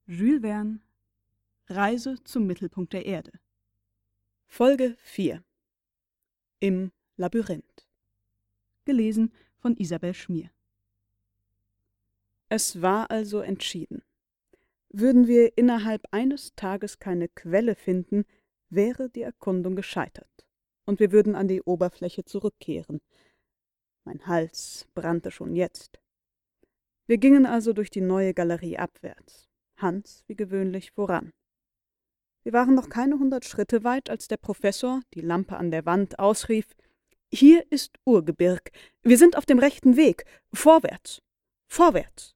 Jules Verne: Reise zum Mittelpunkt der Erde. Folge 4: Im Labyrinth. Gelesen von Isabel Schmier. Es war also entschieden. Würden wir innerhalb eines Tages keine Quelle finden, wäre die Erkundung gescheitert, und wir würden an die Oberfläche zurückkehren. Mein Hals brannte schon jetzt. Wir gingen also durch die neue Galerie abwärts, Hans wie gewöhnlich voran. Wir waren noch keine 100 Schritte weit, als der Professor, die Lampe an der Wand, ausrief: »Hier ist Urgebirg. Wir sind auf dem rechten Weg. Vorwärts! Vorwärts!«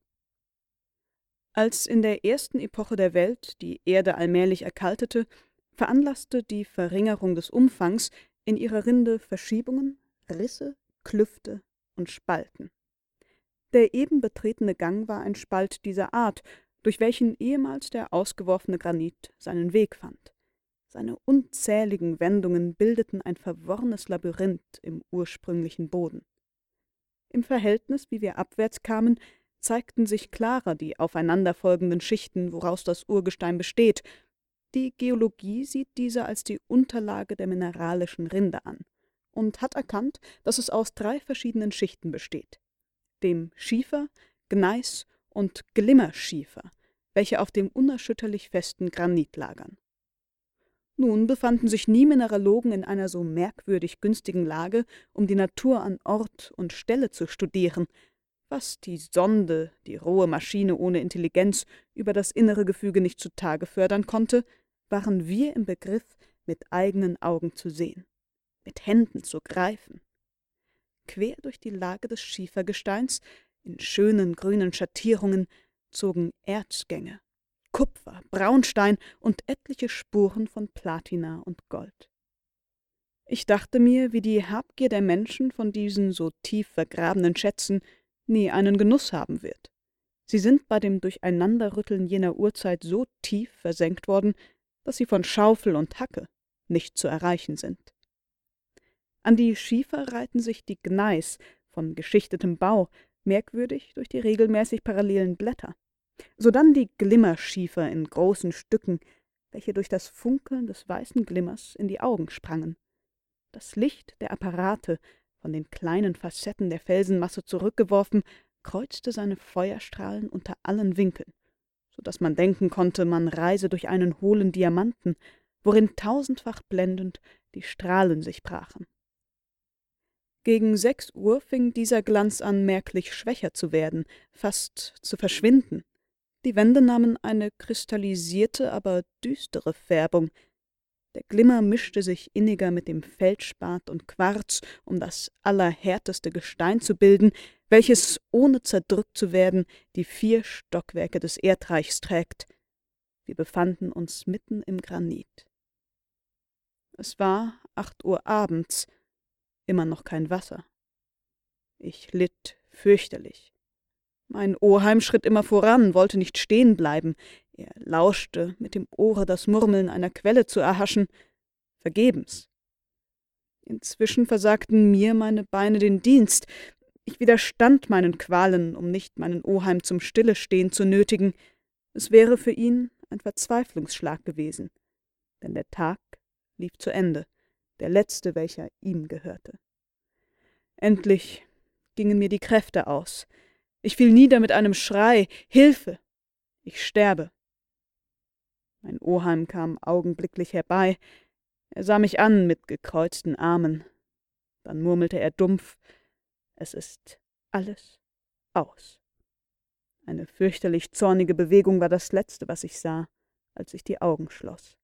Als in der ersten Epoche der Welt die Erde allmählich erkaltete, veranlasste die Verringerung des Umfangs in ihrer Rinde Verschiebungen, Risse, Klüfte und Spalten. Der eben betretene Gang war ein Spalt dieser Art, durch welchen ehemals der ausgeworfene Granit seinen Weg fand. Seine unzähligen Wendungen bildeten ein verworrenes Labyrinth im ursprünglichen Boden. Im Verhältnis, wie wir abwärts kamen, zeigten sich klarer die aufeinanderfolgenden Schichten, woraus das Urgestein besteht. Die Geologie sieht diese als die Unterlage der mineralischen Rinde an und hat erkannt, dass es aus 3 verschiedenen Schichten besteht: dem Schiefer, Gneis und Glimmerschiefer, welche auf dem unerschütterlich festen Granit lagern. Nun befanden sich nie Mineralogen in einer so merkwürdig günstigen Lage, um die Natur an Ort und Stelle zu studieren. Was die Sonde, die rohe Maschine ohne Intelligenz, über das innere Gefüge nicht zutage fördern konnte, waren wir im Begriff, mit eigenen Augen zu sehen, mit Händen zu greifen. Quer durch die Lage des Schiefergesteins, in schönen grünen Schattierungen, zogen Erzgänge, Kupfer, Braunstein und etliche Spuren von Platina und Gold. Ich dachte mir, wie die Habgier der Menschen von diesen so tief vergrabenen Schätzen nie einen Genuss haben wird. Sie sind bei dem Durcheinanderrütteln jener Urzeit so tief versenkt worden, dass sie von Schaufel und Hacke nicht zu erreichen sind. An die Schiefer reihten sich die Gneis, von geschichtetem Bau, merkwürdig durch die regelmäßig parallelen Blätter. Sodann die Glimmerschiefer in großen Stücken, welche durch das Funkeln des weißen Glimmers in die Augen sprangen. Das Licht der Apparate, von den kleinen Facetten der Felsenmasse zurückgeworfen, kreuzte seine Feuerstrahlen unter allen Winkeln, so daß man denken konnte, man reise durch einen hohlen Diamanten, worin tausendfach blendend die Strahlen sich brachen. Gegen 6 Uhr fing dieser Glanz an, merklich schwächer zu werden, fast zu verschwinden. Die Wände nahmen eine kristallisierte, aber düstere Färbung. Der Glimmer mischte sich inniger mit dem Feldspat und Quarz, um das allerhärteste Gestein zu bilden, welches, ohne zerdrückt zu werden, die 4 Stockwerke des Erdreichs trägt. Wir befanden uns mitten im Granit. Es war 8 Uhr abends, immer noch kein Wasser. Ich litt fürchterlich. Mein Oheim schritt immer voran, wollte nicht stehen bleiben. Er lauschte, mit dem Ohre das Murmeln einer Quelle zu erhaschen. Vergebens. Inzwischen versagten mir meine Beine den Dienst. Ich widerstand meinen Qualen, um nicht meinen Oheim zum Stillestehen zu nötigen. Es wäre für ihn ein Verzweiflungsschlag gewesen, denn der Tag lief zu Ende, der letzte, welcher ihm gehörte. Endlich gingen mir die Kräfte aus. Ich fiel nieder mit einem Schrei: »Hilfe! Ich sterbe!« Mein Oheim kam augenblicklich herbei. Er sah mich an mit gekreuzten Armen. Dann murmelte er dumpf: »Es ist alles aus.« Eine fürchterlich zornige Bewegung war das Letzte, was ich sah, als ich die Augen schloss.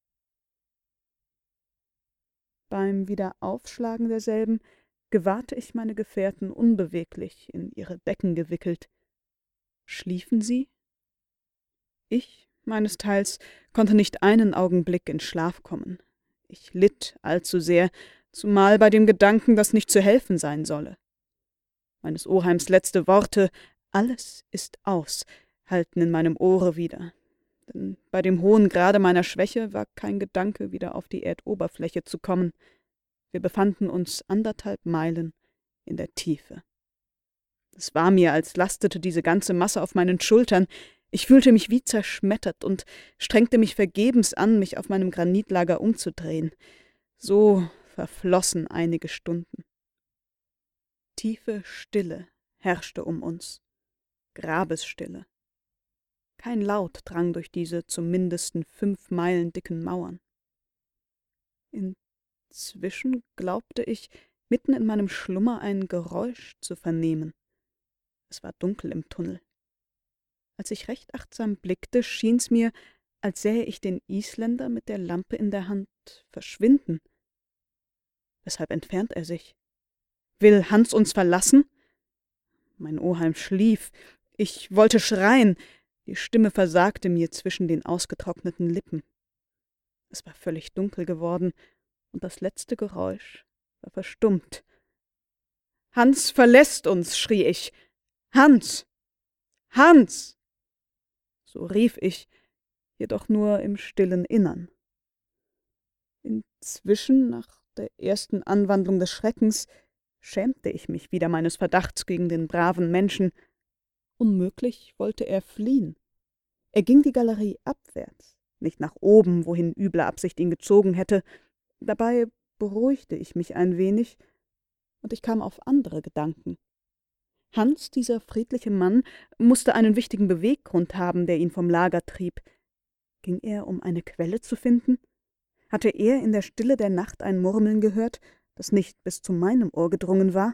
Beim Wiederaufschlagen derselben gewahrte ich meine Gefährten unbeweglich in ihre Decken gewickelt. Schliefen sie? Ich, meinesteils, konnte nicht einen Augenblick in Schlaf kommen. Ich litt allzu sehr, zumal bei dem Gedanken, dass nicht zu helfen sein solle. Meines Oheims letzte Worte: »Alles ist aus«, hallten in meinem Ohre wieder. Denn bei dem hohen Grade meiner Schwäche war kein Gedanke, wieder auf die Erdoberfläche zu kommen. Wir befanden uns 1,5 Meilen in der Tiefe. Es war mir, als lastete diese ganze Masse auf meinen Schultern. Ich fühlte mich wie zerschmettert und strengte mich vergebens an, mich auf meinem Granitlager umzudrehen. So verflossen einige Stunden. Tiefe Stille herrschte um uns, Grabesstille. Kein Laut drang durch diese zum mindesten 5 Meilen dicken Mauern. Inzwischen glaubte ich, mitten in meinem Schlummer ein Geräusch zu vernehmen. Es war dunkel im Tunnel. Als ich recht achtsam blickte, schien's mir, als sähe ich den Isländer mit der Lampe in der Hand verschwinden. Weshalb entfernt er sich? Will Hans uns verlassen? Mein Oheim schlief. Ich wollte schreien. Die Stimme versagte mir zwischen den ausgetrockneten Lippen. Es war völlig dunkel geworden, und das letzte Geräusch war verstummt. »Hans verlässt uns«, schrie ich. »Hans! Hans!« So rief ich, jedoch nur im stillen Innern. Inzwischen, nach der ersten Anwandlung des Schreckens, schämte ich mich wieder meines Verdachts gegen den braven Menschen. Unmöglich wollte er fliehen. Er ging die Galerie abwärts, nicht nach oben, wohin üble Absicht ihn gezogen hätte. Dabei beruhigte ich mich ein wenig, und ich kam auf andere Gedanken. Hans, dieser friedliche Mann, musste einen wichtigen Beweggrund haben, der ihn vom Lager trieb. Ging er, um eine Quelle zu finden? Hatte er in der Stille der Nacht ein Murmeln gehört, das nicht bis zu meinem Ohr gedrungen war?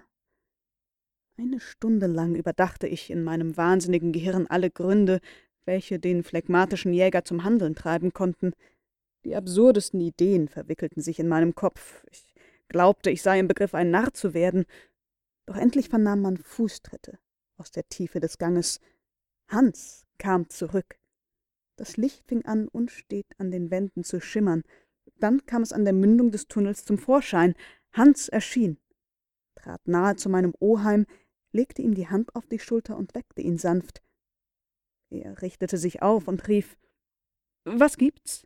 Eine Stunde lang überdachte ich in meinem wahnsinnigen Gehirn alle Gründe, welche den phlegmatischen Jäger zum Handeln treiben konnten. Die absurdesten Ideen verwickelten sich in meinem Kopf. Ich glaubte, ich sei im Begriff, ein Narr zu werden. Doch endlich vernahm man Fußtritte aus der Tiefe des Ganges. Hans kam zurück. Das Licht fing an, unstet an den Wänden zu schimmern. Dann kam es an der Mündung des Tunnels zum Vorschein. Hans erschien, trat nahe zu meinem Oheim, legte ihm die Hand auf die Schulter und weckte ihn sanft. Er richtete sich auf und rief: »Was gibt's?«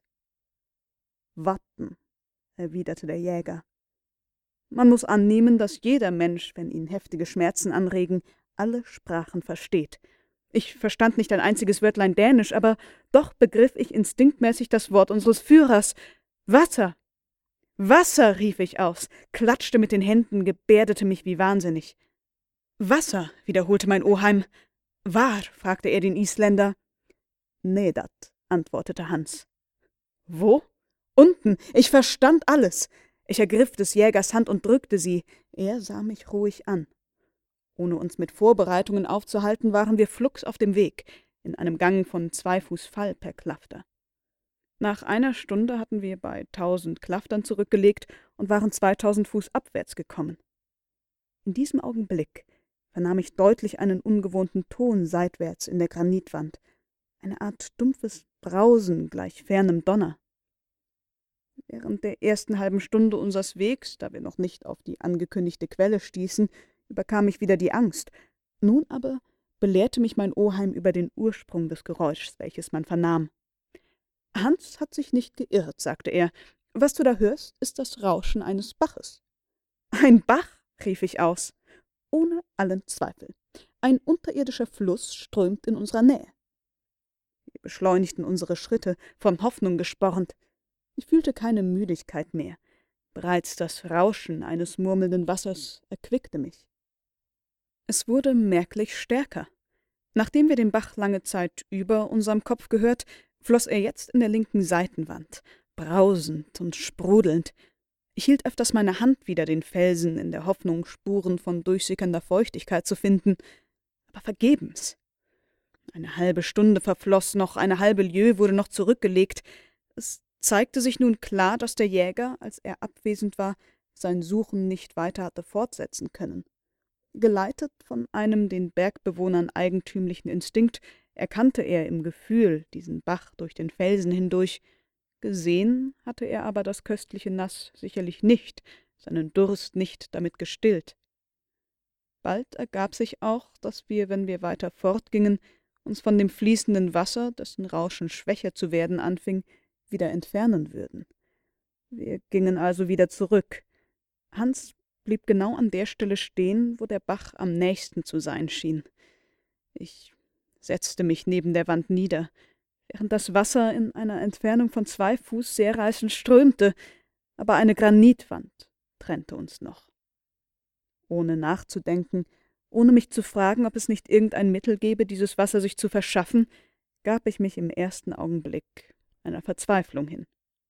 »Warten«, erwiderte der Jäger. Man muss annehmen, dass jeder Mensch, wenn ihn heftige Schmerzen anregen, alle Sprachen versteht. Ich verstand nicht ein einziges Wörtlein Dänisch, aber doch begriff ich instinktmäßig das Wort unseres Führers. »Wasser! Wasser«, rief ich aus, klatschte mit den Händen, gebärdete mich wie wahnsinnig. »Wasser«, wiederholte mein Oheim. »War?«, fragte er den Isländer. »Nedat«, antwortete Hans. »Wo?« »Unten. Ich verstand alles.« Ich ergriff des Jägers Hand und drückte sie. Er sah mich ruhig an. Ohne uns mit Vorbereitungen aufzuhalten, waren wir flugs auf dem Weg, in einem Gang von 2 Fuß Fall per Klafter. Nach einer Stunde hatten wir bei 1000 Klaftern zurückgelegt und waren 2000 Fuß abwärts gekommen. In diesem Augenblick vernahm ich deutlich einen ungewohnten Ton seitwärts in der Granitwand, eine Art dumpfes Brausen gleich fernem Donner. Während der ersten halben Stunde unseres Wegs, da wir noch nicht auf die angekündigte Quelle stießen, überkam mich wieder die Angst. Nun aber belehrte mich mein Oheim über den Ursprung des Geräuschs, welches man vernahm. »Hans hat sich nicht geirrt«, sagte er. »Was du da hörst, ist das Rauschen eines Baches.« »Ein Bach«, rief ich aus. »Ohne allen Zweifel. Ein unterirdischer Fluss strömt in unserer Nähe.« Wir beschleunigten unsere Schritte, von Hoffnung gespornt. Ich fühlte keine Müdigkeit mehr. Bereits das Rauschen eines murmelnden Wassers erquickte mich. Es wurde merklich stärker. Nachdem wir den Bach lange Zeit über unserem Kopf gehört, floss er jetzt in der linken Seitenwand, brausend und sprudelnd. Ich hielt öfters meine Hand wider den Felsen, in der Hoffnung, Spuren von durchsickernder Feuchtigkeit zu finden, aber vergebens. Eine halbe Stunde verfloss noch, eine halbe Lieue wurde noch zurückgelegt. Es zeigte sich nun klar, dass der Jäger, als er abwesend war, sein Suchen nicht weiter hatte fortsetzen können. Geleitet von einem den Bergbewohnern eigentümlichen Instinkt, erkannte er im Gefühl diesen Bach durch den Felsen hindurch. Gesehen hatte er aber das köstliche Nass sicherlich nicht, seinen Durst nicht damit gestillt. Bald ergab sich auch, dass wir, wenn wir weiter fortgingen, uns von dem fließenden Wasser, dessen Rauschen schwächer zu werden anfing, wieder entfernen würden. Wir gingen also wieder zurück. Hans blieb genau an der Stelle stehen, wo der Bach am nächsten zu sein schien. Ich setzte mich neben der Wand nieder, während das Wasser in einer Entfernung von 2 Fuß sehr reißend strömte, aber eine Granitwand trennte uns noch. Ohne nachzudenken, ohne mich zu fragen, ob es nicht irgendein Mittel gäbe, dieses Wasser sich zu verschaffen, gab ich mich im ersten Augenblick einer Verzweiflung hin.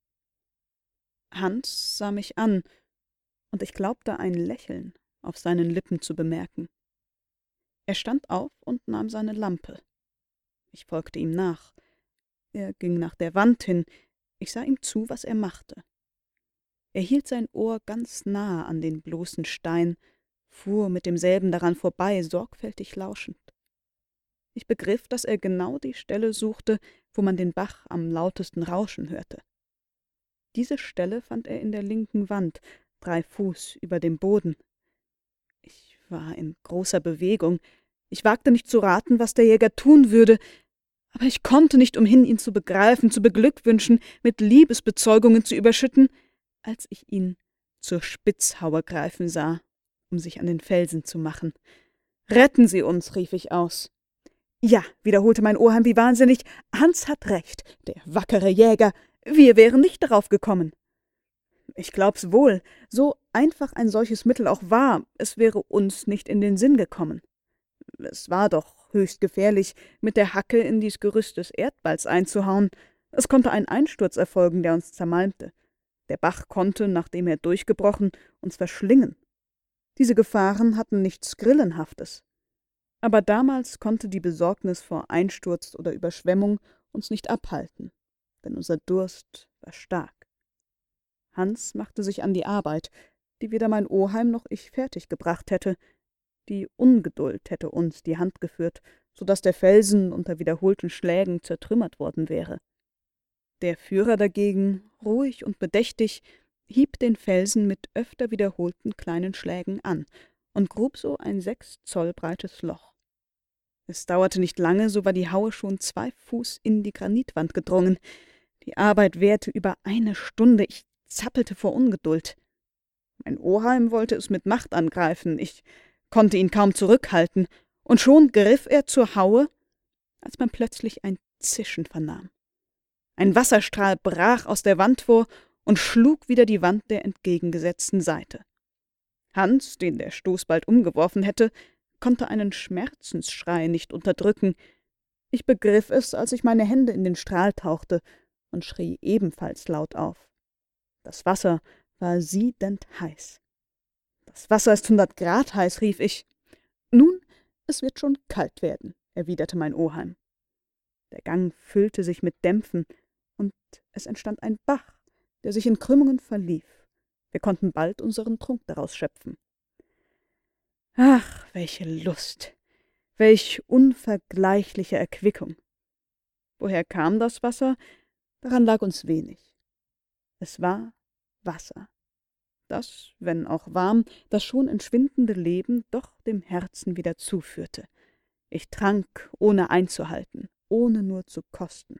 Hans sah mich an, und ich glaubte ein Lächeln auf seinen Lippen zu bemerken. Er stand auf und nahm seine Lampe. Ich folgte ihm nach. Er ging nach der Wand hin. Ich sah ihm zu, was er machte. Er hielt sein Ohr ganz nah an den bloßen Stein, fuhr mit demselben daran vorbei, sorgfältig lauschend. Ich begriff, dass er genau die Stelle suchte, wo man den Bach am lautesten rauschen hörte. Diese Stelle fand er in der linken Wand, 3 Fuß über dem Boden. Ich war in großer Bewegung. Ich wagte nicht zu raten, was der Jäger tun würde, aber ich konnte nicht umhin, ihn zu begreifen, zu beglückwünschen, mit Liebesbezeugungen zu überschütten, als ich ihn zur Spitzhaue greifen sah, um sich an den Felsen zu machen. »Retten Sie uns«, rief ich aus. »Ja«, wiederholte mein Oheim wie wahnsinnig, »Hans hat recht, der wackere Jäger, wir wären nicht darauf gekommen.« »Ich glaub's wohl, so einfach ein solches Mittel auch war, es wäre uns nicht in den Sinn gekommen. Es war doch höchst gefährlich, mit der Hacke in dies Gerüst des Erdballs einzuhauen. Es konnte ein Einsturz erfolgen, der uns zermalmte. Der Bach konnte, nachdem er durchgebrochen, uns verschlingen. Diese Gefahren hatten nichts Grillenhaftes. Aber damals konnte die Besorgnis vor Einsturz oder Überschwemmung uns nicht abhalten, denn unser Durst war stark. Hans machte sich an die Arbeit, die weder mein Oheim noch ich fertig gebracht hätte. Die Ungeduld hätte uns die Hand geführt, so daß der Felsen unter wiederholten Schlägen zertrümmert worden wäre. Der Führer dagegen, ruhig und bedächtig, hieb den Felsen mit öfter wiederholten kleinen Schlägen an und grub so ein 6 Zoll breites Loch. Es dauerte nicht lange, so war die Haue schon 2 Fuß in die Granitwand gedrungen. Die Arbeit währte über 1 Stunde. Ich zappelte vor Ungeduld. Mein Oheim wollte es mit Macht angreifen. Ich konnte ihn kaum zurückhalten, und schon griff er zur Haue, als man plötzlich ein Zischen vernahm. Ein Wasserstrahl brach aus der Wand vor und schlug wieder die Wand der entgegengesetzten Seite. Hans, den der Stoß bald umgeworfen hätte, konnte einen Schmerzensschrei nicht unterdrücken. Ich begriff es, als ich meine Hände in den Strahl tauchte und schrie ebenfalls laut auf. Das Wasser war siedend heiß. »Das Wasser ist 100 Grad heiß«, rief ich. »Nun, es wird schon kalt werden«, erwiderte mein Oheim. Der Gang füllte sich mit Dämpfen, und es entstand ein Bach, der sich in Krümmungen verlief. Wir konnten bald unseren Trunk daraus schöpfen. Ach, welche Lust, welch unvergleichliche Erquickung! Woher kam das Wasser? Daran lag uns wenig. Es war Wasser, das, wenn auch warm, das schon entschwindende Leben doch dem Herzen wieder zuführte. Ich trank, ohne einzuhalten, ohne nur zu kosten.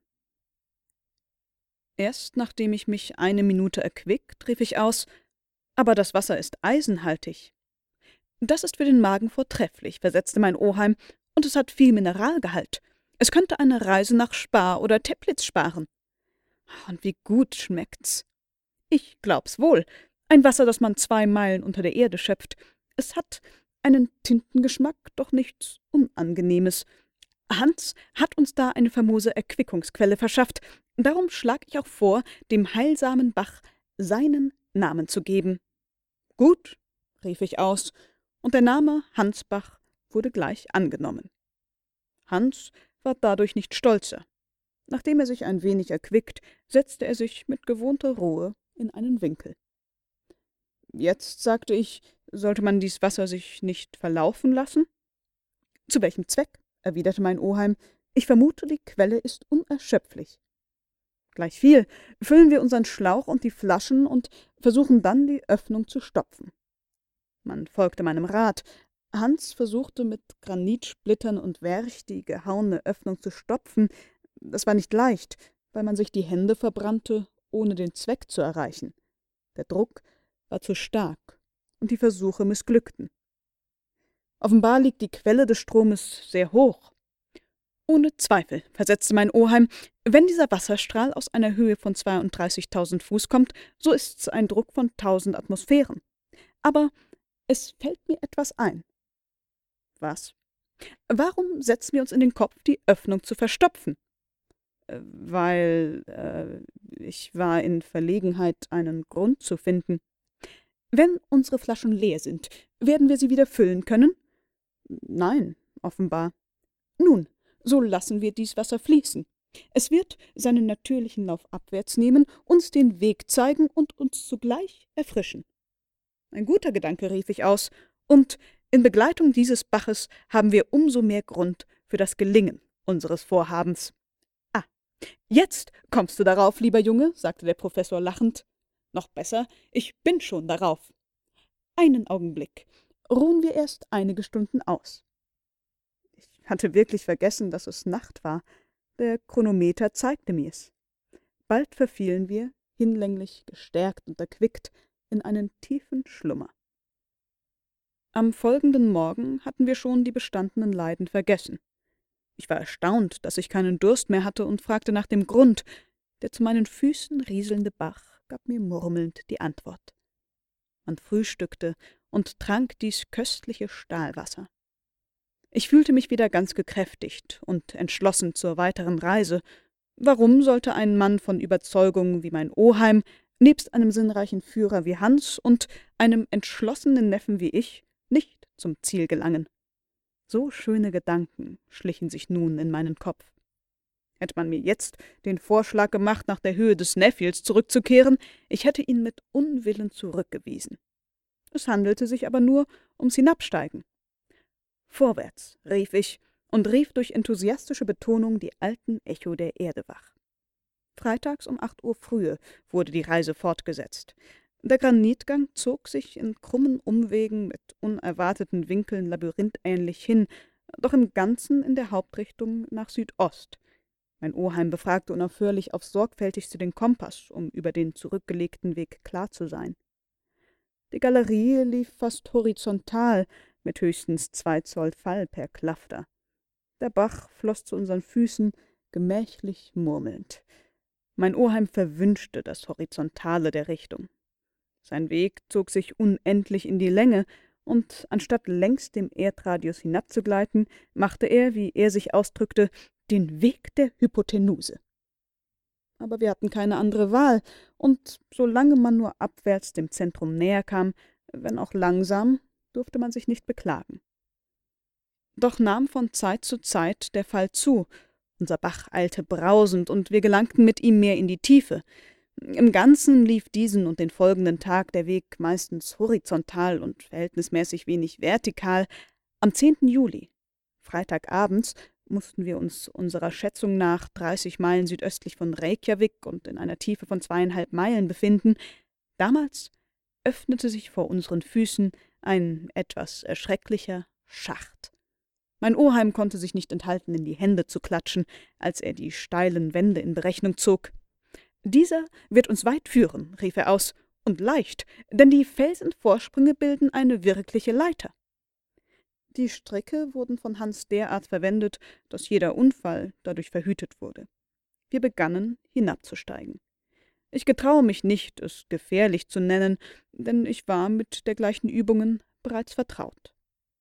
Erst nachdem ich mich 1 Minute erquickt, rief ich aus, »Aber das Wasser ist eisenhaltig.« »Das ist für den Magen vortrefflich«, versetzte mein Oheim, »und es hat viel Mineralgehalt. Es könnte eine Reise nach Spa oder Teplitz sparen.« »Und wie gut schmeckt's?« »Ich glaub's wohl. Ein Wasser, das man 2 Meilen unter der Erde schöpft. Es hat einen Tintengeschmack, doch nichts Unangenehmes. Hans hat uns da eine famose Erquickungsquelle verschafft. Darum schlag ich auch vor, dem heilsamen Bach seinen Namen zu geben.« »Gut«, rief ich aus, und der Name Hansbach wurde gleich angenommen. Hans war dadurch nicht stolzer. Nachdem er sich ein wenig erquickt, setzte er sich mit gewohnter Ruhe in einen Winkel. »Jetzt«, sagte ich, »sollte man dies Wasser sich nicht verlaufen lassen?« »Zu welchem Zweck?«, erwiderte mein Oheim. »Ich vermute, die Quelle ist unerschöpflich.« »Gleichviel, füllen wir unseren Schlauch und die Flaschen und versuchen dann, die Öffnung zu stopfen.« Man folgte meinem Rat. Hans versuchte mit Granitsplittern und Werch die gehauene Öffnung zu stopfen. Das war nicht leicht, weil man sich die Hände verbrannte, ohne den Zweck zu erreichen. Der Druck war zu stark, und die Versuche missglückten. Offenbar liegt die Quelle des Stromes sehr hoch. »Ohne Zweifel«, versetzte mein Oheim, »wenn dieser Wasserstrahl aus einer Höhe von 32.000 Fuß kommt, so ist's ein Druck von 1.000 Atmosphären. Aber es fällt mir etwas ein.« »Was?« »Warum setzen wir uns in den Kopf, die Öffnung zu verstopfen?« »Weil, ich war in Verlegenheit, einen Grund zu finden.« »Wenn unsere Flaschen leer sind, werden wir sie wieder füllen können?« »Nein, offenbar.« »Nun, so lassen wir dies Wasser fließen. Es wird seinen natürlichen Lauf abwärts nehmen, uns den Weg zeigen und uns zugleich erfrischen.« »Ein guter Gedanke«, rief ich aus, »und in Begleitung dieses Baches haben wir umso mehr Grund für das Gelingen unseres Vorhabens.« »Ah, jetzt kommst du darauf, lieber Junge«, sagte der Professor lachend. »Noch besser, ich bin schon darauf. Einen Augenblick. Ruhen wir erst einige Stunden aus.« Ich hatte wirklich vergessen, dass es Nacht war. Der Chronometer zeigte mir's. Bald verfielen wir, hinlänglich gestärkt und erquickt, in einen tiefen Schlummer. Am folgenden Morgen hatten wir schon die bestandenen Leiden vergessen. Ich war erstaunt, dass ich keinen Durst mehr hatte und fragte nach dem Grund. Der zu meinen Füßen rieselnde Bach gab mir murmelnd die Antwort. Man frühstückte und trank dies köstliche Stahlwasser. Ich fühlte mich wieder ganz gekräftigt und entschlossen zur weiteren Reise. Warum sollte ein Mann von Überzeugung wie mein Oheim, nebst einem sinnreichen Führer wie Hans und einem entschlossenen Neffen wie ich, nicht zum Ziel gelangen? So schöne Gedanken schlichen sich nun in meinen Kopf. Hätte man mir jetzt den Vorschlag gemacht, nach der Höhe des Sneffels zurückzukehren, ich hätte ihn mit Unwillen zurückgewiesen. Es handelte sich aber nur ums Hinabsteigen. »Vorwärts«, rief ich und rief durch enthusiastische Betonung die alten Echo der Erde wach. Freitags um 8 Uhr frühe wurde die Reise fortgesetzt. Der Granitgang zog sich in krummen Umwegen mit unerwarteten Winkeln labyrinthähnlich hin, doch im Ganzen in der Hauptrichtung nach Südost. Mein Oheim befragte unaufhörlich aufs Sorgfältigste den Kompass, um über den zurückgelegten Weg klar zu sein. Die Galerie lief fast horizontal, mit höchstens 2 Zoll Fall per Klafter. Der Bach floss zu unseren Füßen, gemächlich murmelnd. Mein Oheim verwünschte das Horizontale der Richtung. Sein Weg zog sich unendlich in die Länge, und anstatt längs dem Erdradius hinabzugleiten, machte er, wie er sich ausdrückte, den Weg der Hypotenuse. Aber wir hatten keine andere Wahl, und solange man nur abwärts dem Zentrum näher kam, wenn auch langsam, durfte man sich nicht beklagen. Doch nahm von Zeit zu Zeit der Fall zu, unser Bach eilte brausend, und wir gelangten mit ihm mehr in die Tiefe. Im Ganzen lief diesen und den folgenden Tag der Weg meistens horizontal und verhältnismäßig wenig vertikal. Am 10. Juli, Freitagabends, mussten wir uns unserer Schätzung nach 30 Meilen südöstlich von Reykjavik und in einer Tiefe von 2,5 Meilen befinden. Damals öffnete sich vor unseren Füßen ein etwas erschrecklicher Schacht. Mein Oheim konnte sich nicht enthalten, in die Hände zu klatschen, als er die steilen Wände in Berechnung zog. »Dieser wird uns weit führen«, rief er aus, »und leicht, denn die Felsenvorsprünge bilden eine wirkliche Leiter.« Die Stricke wurden von Hans derart verwendet, dass jeder Unfall dadurch verhütet wurde. Wir begannen, hinabzusteigen. Ich getraue mich nicht, es gefährlich zu nennen, denn ich war mit dergleichen Übungen bereits vertraut.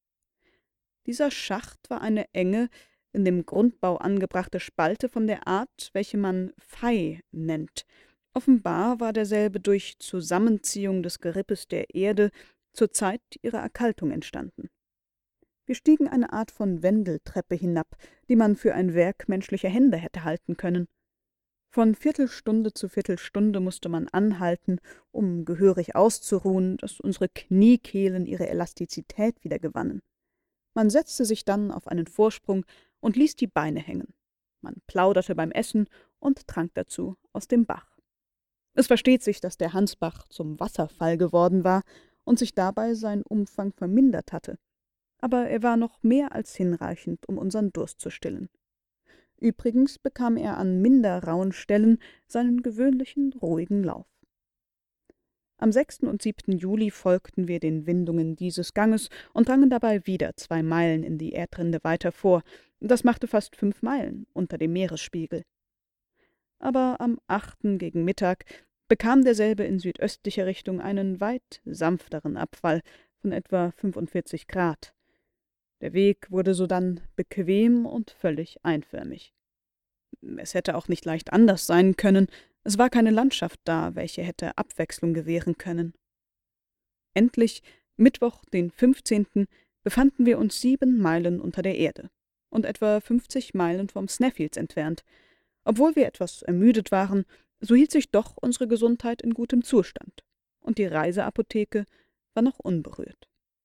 Dieser Schacht war eine enge, in dem Grundbau angebrachte Spalte von der Art, welche man Fei nennt. Offenbar war derselbe durch Zusammenziehung des Gerippes der Erde zur Zeit ihrer Erkaltung entstanden. Wir stiegen eine Art von Wendeltreppe hinab, die man für ein Werk menschlicher Hände hätte halten können. Von Viertelstunde zu Viertelstunde musste man anhalten, um gehörig auszuruhen, dass unsere Kniekehlen ihre Elastizität wieder gewannen. Man setzte sich dann auf einen Vorsprung und ließ die Beine hängen. Man plauderte beim Essen und trank dazu aus dem Bach. Es versteht sich, dass der Hansbach zum Wasserfall geworden war und sich dabei sein Umfang vermindert hatte. Aber er war noch mehr als hinreichend, um unseren Durst zu stillen. Übrigens bekam er an minder rauen Stellen seinen gewöhnlichen ruhigen Lauf. Am 6. und 7. Juli folgten wir den Windungen dieses Ganges und drangen dabei wieder 2 Meilen in die Erdrinde weiter vor. Das machte fast 5 Meilen unter dem Meeresspiegel. Aber am 8. gegen Mittag bekam derselbe in südöstlicher Richtung einen weit sanfteren Abfall von etwa 45 Grad. Der Weg wurde sodann bequem und völlig einförmig. Es hätte auch nicht leicht anders sein können, es war keine Landschaft da, welche hätte Abwechslung gewähren können. Endlich, Mittwoch, den 15., befanden wir uns 7 Meilen unter der Erde und etwa 50 Meilen vom Snæfjells entfernt. Obwohl wir etwas ermüdet waren, so hielt sich doch unsere Gesundheit in gutem Zustand, und die Reiseapotheke war noch unberührt.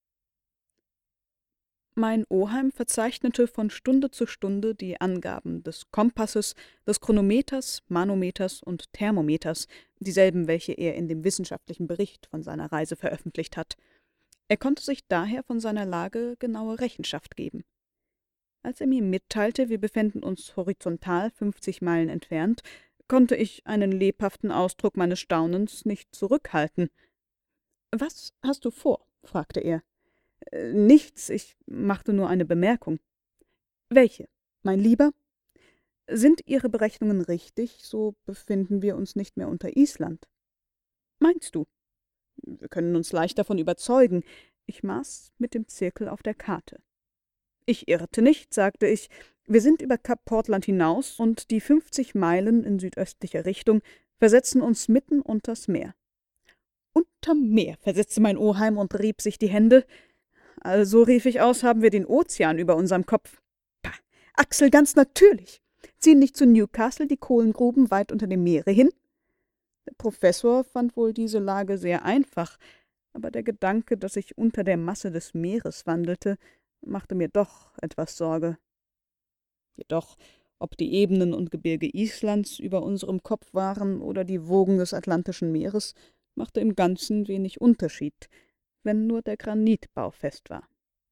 Mein Oheim verzeichnete von Stunde zu Stunde die Angaben des Kompasses, des Chronometers, Manometers und Thermometers, dieselben, welche er in dem wissenschaftlichen Bericht von seiner Reise veröffentlicht hat. Er konnte sich daher von seiner Lage genaue Rechenschaft geben. Als er mir mitteilte, wir befänden uns horizontal 50 Meilen entfernt, konnte ich einen lebhaften Ausdruck meines Staunens nicht zurückhalten. »Was hast du vor?« fragte er. »Nichts, ich machte nur eine Bemerkung.« »Welche, mein Lieber?« »Sind Ihre Berechnungen richtig, so befinden wir uns nicht mehr unter Island.« »Meinst du?« »Wir können uns leicht davon überzeugen. Ich maß mit dem Zirkel auf der Karte.« »Ich irrte nicht«, sagte ich. »Wir sind über Kap Portland hinaus, und die 50 Meilen in südöstlicher Richtung versetzen uns mitten unters Meer.« »Unterm Meer«, versetzte mein Oheim und rieb sich die Hände. »Also«, rief ich aus, »haben wir den Ozean über unserem Kopf.« »Pah, Axel, ganz natürlich. Ziehen nicht zu Newcastle die Kohlengruben weit unter dem Meere hin?« Der Professor fand wohl diese Lage sehr einfach, aber der Gedanke, dass ich unter der Masse des Meeres wandelte, machte mir doch etwas Sorge. Jedoch, ob die Ebenen und Gebirge Islands über unserem Kopf waren oder die Wogen des Atlantischen Meeres, machte im Ganzen wenig Unterschied, wenn nur der Granitbau fest war.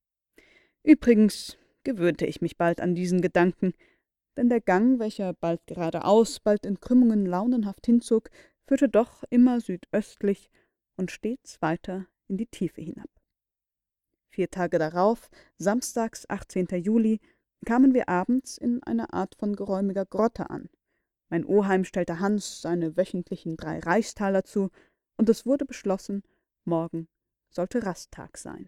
Übrigens gewöhnte ich mich bald an diesen Gedanken, denn der Gang, welcher bald geradeaus, bald in Krümmungen launenhaft hinzog, führte doch immer südöstlich und stets weiter in die Tiefe hinab. 4 Tage darauf, samstags, 18. Juli, kamen wir abends in einer Art von geräumiger Grotte an. Mein Oheim stellte Hans seine wöchentlichen 3 Reichstaler zu, und es wurde beschlossen, morgen sollte Rasttag sein.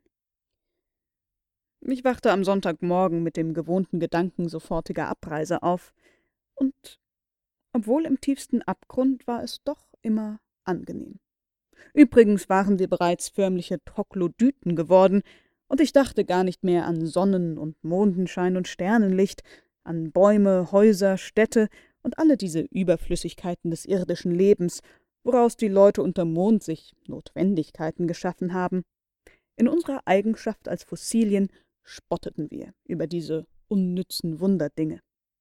Ich wachte am Sonntagmorgen mit dem gewohnten Gedanken sofortiger Abreise auf, und obwohl im tiefsten Abgrund, war es doch immer angenehm. Übrigens waren wir bereits förmliche Troglodyten geworden, und ich dachte gar nicht mehr an Sonnen- und Mondenschein und Sternenlicht, an Bäume, Häuser, Städte und alle diese Überflüssigkeiten des irdischen Lebens, woraus die Leute unterm Mond sich Notwendigkeiten geschaffen haben. In unserer Eigenschaft als Fossilien spotteten wir über diese unnützen Wunderdinge.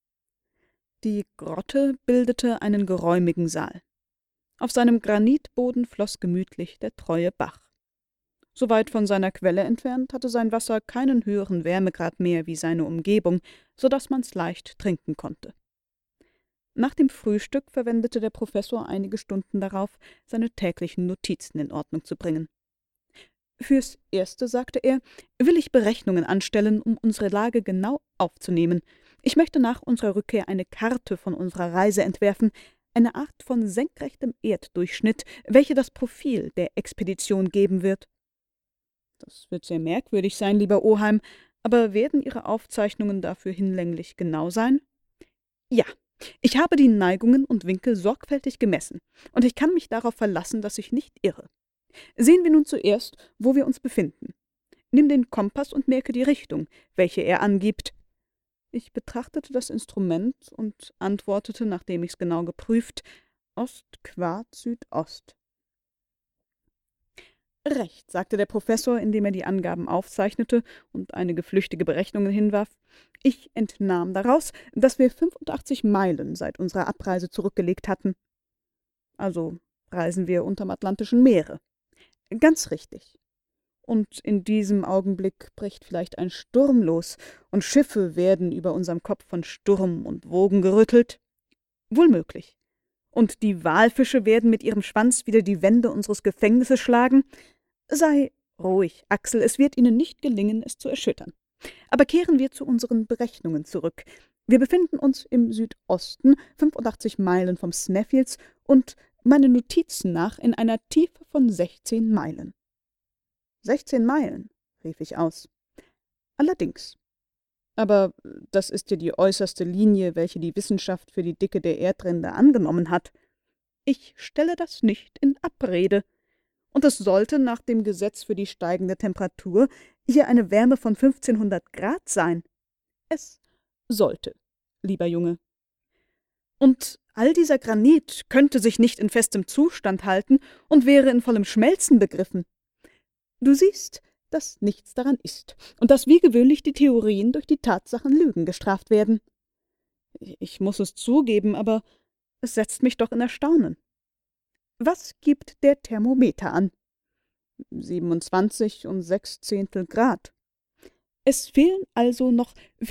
Die Grotte bildete einen geräumigen Saal. Auf seinem Granitboden floss gemütlich der treue Bach. So weit von seiner Quelle entfernt hatte sein Wasser keinen höheren Wärmegrad mehr wie seine Umgebung, so daß man's leicht trinken konnte. Nach dem Frühstück verwendete der Professor einige Stunden darauf, seine täglichen Notizen in Ordnung zu bringen. »Fürs Erste«, sagte er, »will ich Berechnungen anstellen, um unsere Lage genau aufzunehmen. Ich möchte nach unserer Rückkehr eine Karte von unserer Reise entwerfen, eine Art von senkrechtem Erddurchschnitt, welche das Profil der Expedition geben wird.« »Das wird sehr merkwürdig sein, lieber Oheim, aber werden Ihre Aufzeichnungen dafür hinlänglich genau sein?« »Ja, ich habe die Neigungen und Winkel sorgfältig gemessen, und ich kann mich darauf verlassen, dass ich nicht irre. Sehen wir nun zuerst, wo wir uns befinden. Nimm den Kompass und merke die Richtung, welche er angibt.« Ich betrachtete das Instrument und antwortete, nachdem ich's genau geprüft, »Ost Quart Südost.« »Recht«, sagte der Professor, indem er die Angaben aufzeichnete und einige flüchtige Berechnungen hinwarf. »Ich entnahm daraus, dass wir 85 Meilen seit unserer Abreise zurückgelegt hatten.« »Also reisen wir unterm Atlantischen Meere.« »Ganz richtig. Und in diesem Augenblick bricht vielleicht ein Sturm los, und Schiffe werden über unserem Kopf von Sturm und Wogen gerüttelt?« »Wohl möglich. Und die Walfische werden mit ihrem Schwanz wieder die Wände unseres Gefängnisses schlagen?« »Sei ruhig, Axel, es wird ihnen nicht gelingen, es zu erschüttern. Aber kehren wir zu unseren Berechnungen zurück. Wir befinden uns im Südosten, 85 Meilen vom Sneffels und meinen Notizen nach in einer Tiefe von 16 Meilen. 16 Meilen, rief ich aus. Allerdings. Aber das ist ja die äußerste Linie, welche die Wissenschaft für die Dicke der Erdrinde angenommen hat. Ich stelle das nicht in Abrede. Und es sollte nach dem Gesetz für die steigende Temperatur hier eine Wärme von 1500 Grad sein. Es sollte, lieber Junge. Und all dieser Granit könnte sich nicht in festem Zustand halten und wäre in vollem Schmelzen begriffen. Du siehst, dass nichts daran ist und dass wie gewöhnlich die Theorien durch die Tatsachen Lügen gestraft werden. Ich muss es zugeben, aber es setzt mich doch in Erstaunen. Was gibt der Thermometer an? 27 und 6/10 Grad. Es fehlen also noch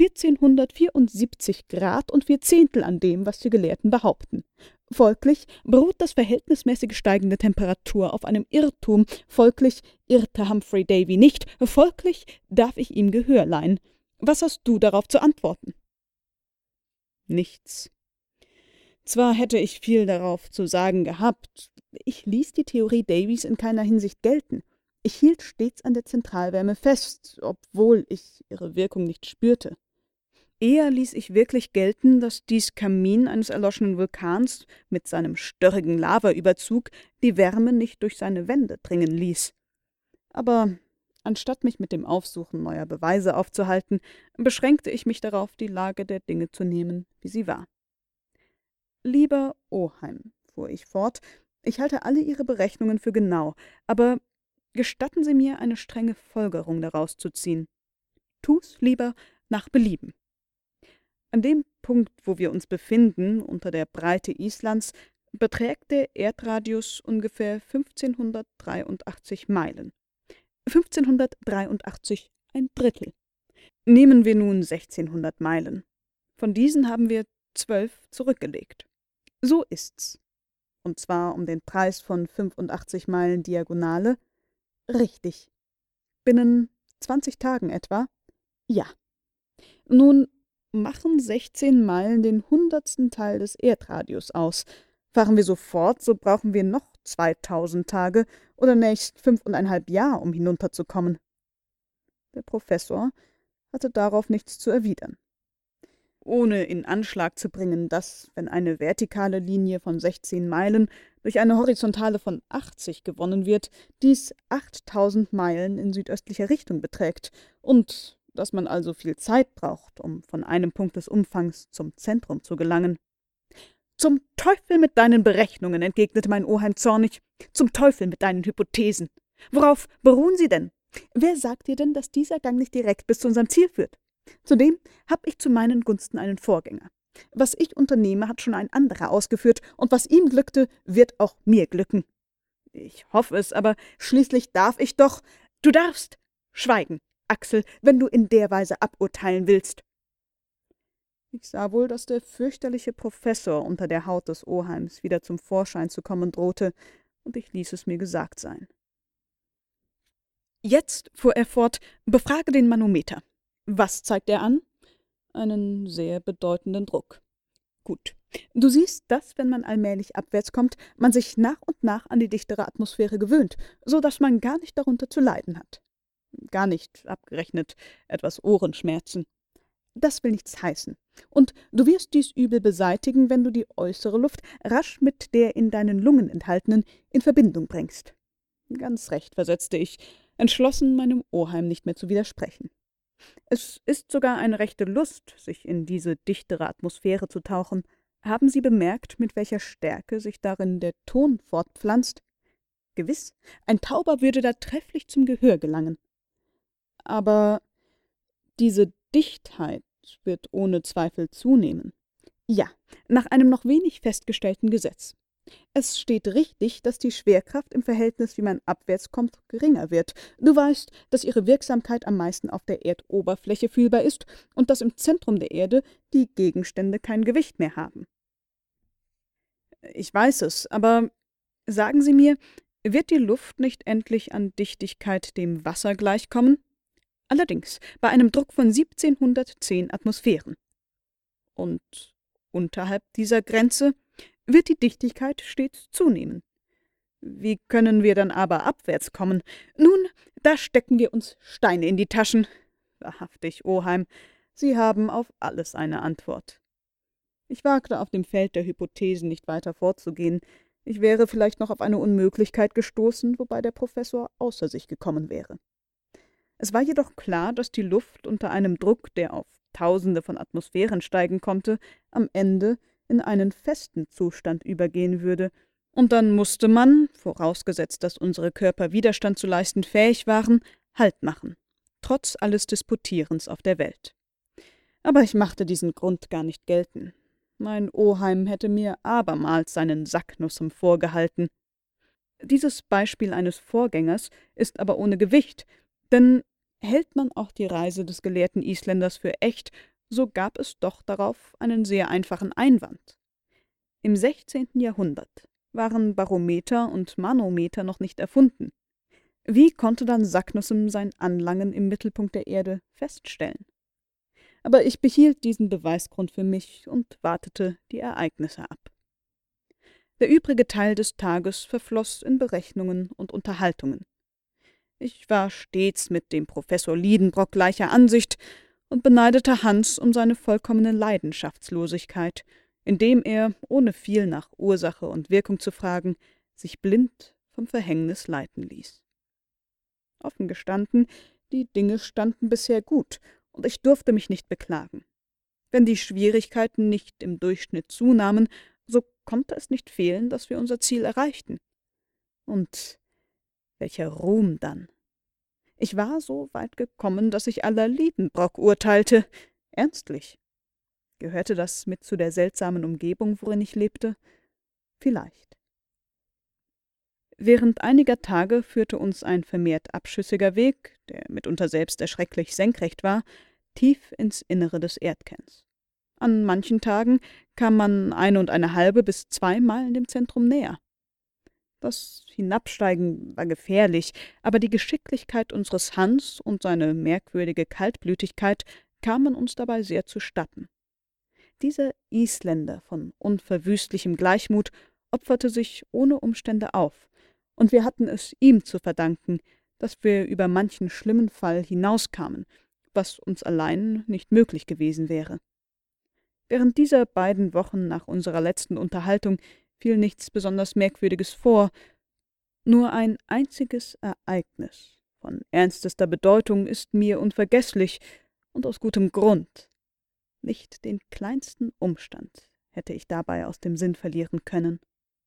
1474 Grad und 4/10 an dem, was die Gelehrten behaupten. Folglich beruht das verhältnismäßige steigende Temperatur auf einem Irrtum, folglich irrte Humphrey Davy nicht, folglich darf ich ihm Gehör leihen. Was hast du darauf zu antworten? Nichts. Zwar hätte ich viel darauf zu sagen gehabt, ich ließ die Theorie Davys in keiner Hinsicht gelten. Ich hielt stets an der Zentralwärme fest, obwohl ich ihre Wirkung nicht spürte. Eher ließ ich wirklich gelten, dass dies Kamin eines erloschenen Vulkans mit seinem störrigen Lavaüberzug die Wärme nicht durch seine Wände dringen ließ. Aber anstatt mich mit dem Aufsuchen neuer Beweise aufzuhalten, beschränkte ich mich darauf, die Lage der Dinge zu nehmen, wie sie war. »Lieber Oheim«, fuhr ich fort, »ich halte alle Ihre Berechnungen für genau, aber gestatten Sie mir, eine strenge Folgerung daraus zu ziehen. Tu's lieber nach Belieben. An dem Punkt, wo wir uns befinden, unter der Breite Islands, beträgt der Erdradius ungefähr 1583 Meilen. 1583 ein Drittel. Nehmen wir nun 1600 Meilen. Von diesen haben wir 12 zurückgelegt. So ist's. Und zwar um den Preis von 85 Meilen Diagonale. Richtig. Binnen 20 Tagen etwa? Ja. Nun machen 16 Meilen den 100. Teil des Erdradius aus. Fahren wir so fort, so brauchen wir noch 2000 Tage oder nächst 5,5 Jahre, um hinunterzukommen. Der Professor hatte darauf nichts zu erwidern. Ohne in Anschlag zu bringen, dass, wenn eine vertikale Linie von 16 Meilen durch eine horizontale von 80 gewonnen wird, dies 8000 Meilen in südöstlicher Richtung beträgt und dass man also viel Zeit braucht, um von einem Punkt des Umfangs zum Zentrum zu gelangen. »Zum Teufel mit deinen Berechnungen«, entgegnete mein Oheim zornig. »Zum Teufel mit deinen Hypothesen. Worauf beruhen sie denn? Wer sagt dir denn, dass dieser Gang nicht direkt bis zu unserem Ziel führt? Zudem habe ich zu meinen Gunsten einen Vorgänger. Was ich unternehme, hat schon ein anderer ausgeführt, und was ihm glückte, wird auch mir glücken. Ich hoffe es, aber schließlich darf ich doch. Du darfst schweigen, Axel, wenn du in der Weise aburteilen willst.« Ich sah wohl, dass der fürchterliche Professor unter der Haut des Oheims wieder zum Vorschein zu kommen drohte, und ich ließ es mir gesagt sein. »Jetzt«, fuhr er fort, »befrage den Manometer. Was zeigt er an?« »Einen sehr bedeutenden Druck.« »Gut. Du siehst, dass, wenn man allmählich abwärts kommt, man sich nach und nach an die dichtere Atmosphäre gewöhnt, so dass man gar nicht darunter zu leiden hat. Gar nicht, abgerechnet, etwas Ohrenschmerzen. Das will nichts heißen. Und du wirst dies Übel beseitigen, wenn du die äußere Luft rasch mit der in deinen Lungen enthaltenen in Verbindung bringst.« »Ganz recht«, versetzte ich, entschlossen, meinem Oheim nicht mehr zu widersprechen. »Es ist sogar eine rechte Lust, sich in diese dichtere Atmosphäre zu tauchen. Haben Sie bemerkt, mit welcher Stärke sich darin der Ton fortpflanzt? Gewiss, ein Tauber würde da trefflich zum Gehör gelangen. Aber diese Dichtheit wird ohne Zweifel zunehmen. Ja, nach einem noch wenig festgestellten Gesetz. Es steht richtig, dass die Schwerkraft im Verhältnis, wie man abwärts kommt, geringer wird. Du weißt, dass ihre Wirksamkeit am meisten auf der Erdoberfläche fühlbar ist und dass im Zentrum der Erde die Gegenstände kein Gewicht mehr haben.« »Ich weiß es, aber sagen Sie mir, wird die Luft nicht endlich an Dichtigkeit dem Wasser gleichkommen?« allerdings bei einem Druck von 1710 Atmosphären. Und unterhalb dieser Grenze wird die Dichtigkeit stets zunehmen. Wie können wir dann aber abwärts kommen? Nun, da stecken wir uns Steine in die Taschen. Wahrhaftig, Oheim, Sie haben auf alles eine Antwort. Ich wagte auf dem Feld der Hypothesen nicht weiter vorzugehen. Ich wäre vielleicht noch auf eine Unmöglichkeit gestoßen, wobei der Professor außer sich gekommen wäre. Es war jedoch klar, dass die Luft unter einem Druck, der auf Tausende von Atmosphären steigen konnte, am Ende in einen festen Zustand übergehen würde, und dann musste man, vorausgesetzt, dass unsere Körper Widerstand zu leisten fähig waren, Halt machen, trotz alles Disputierens auf der Welt. Aber ich machte diesen Grund gar nicht gelten. Mein Oheim hätte mir abermals seinen Sacknussem vorgehalten. Dieses Beispiel eines Vorgängers ist aber ohne Gewicht, denn hält man auch die Reise des gelehrten Isländers für echt, so gab es doch darauf einen sehr einfachen Einwand. Im 16. Jahrhundert waren Barometer und Manometer noch nicht erfunden. Wie konnte dann Sacknussem sein Anlangen im Mittelpunkt der Erde feststellen? Aber ich behielt diesen Beweisgrund für mich und wartete die Ereignisse ab. Der übrige Teil des Tages verfloss in Berechnungen und Unterhaltungen. Ich war stets mit dem Professor Liedenbrock gleicher Ansicht und beneidete Hans um seine vollkommene Leidenschaftslosigkeit, indem er, ohne viel nach Ursache und Wirkung zu fragen, sich blind vom Verhängnis leiten ließ. Offen gestanden, die Dinge standen bisher gut, und ich durfte mich nicht beklagen. Wenn die Schwierigkeiten nicht im Durchschnitt zunahmen, so konnte es nicht fehlen, dass wir unser Ziel erreichten. Und welcher Ruhm dann! Ich war so weit gekommen, dass ich à la Liedenbrock urteilte. Ernstlich. Gehörte das mit zu der seltsamen Umgebung, worin ich lebte? Vielleicht. Während einiger Tage führte uns ein vermehrt abschüssiger Weg, der mitunter selbst erschrecklich senkrecht war, tief ins Innere des Erdkerns. An manchen Tagen kam man 1,5 bis 2 Meilen dem Zentrum näher. Das Hinabsteigen war gefährlich, aber die Geschicklichkeit unseres Hans und seine merkwürdige Kaltblütigkeit kamen uns dabei sehr zustatten. Dieser Isländer von unverwüstlichem Gleichmut opferte sich ohne Umstände auf, und wir hatten es ihm zu verdanken, dass wir über manchen schlimmen Fall hinauskamen, was uns allein nicht möglich gewesen wäre. Während dieser beiden Wochen nach unserer letzten Unterhaltung fiel nichts besonders Merkwürdiges vor, nur ein einziges Ereignis von ernstester Bedeutung ist mir unvergesslich, und aus gutem Grund. Nicht den kleinsten Umstand hätte ich dabei aus dem Sinn verlieren können.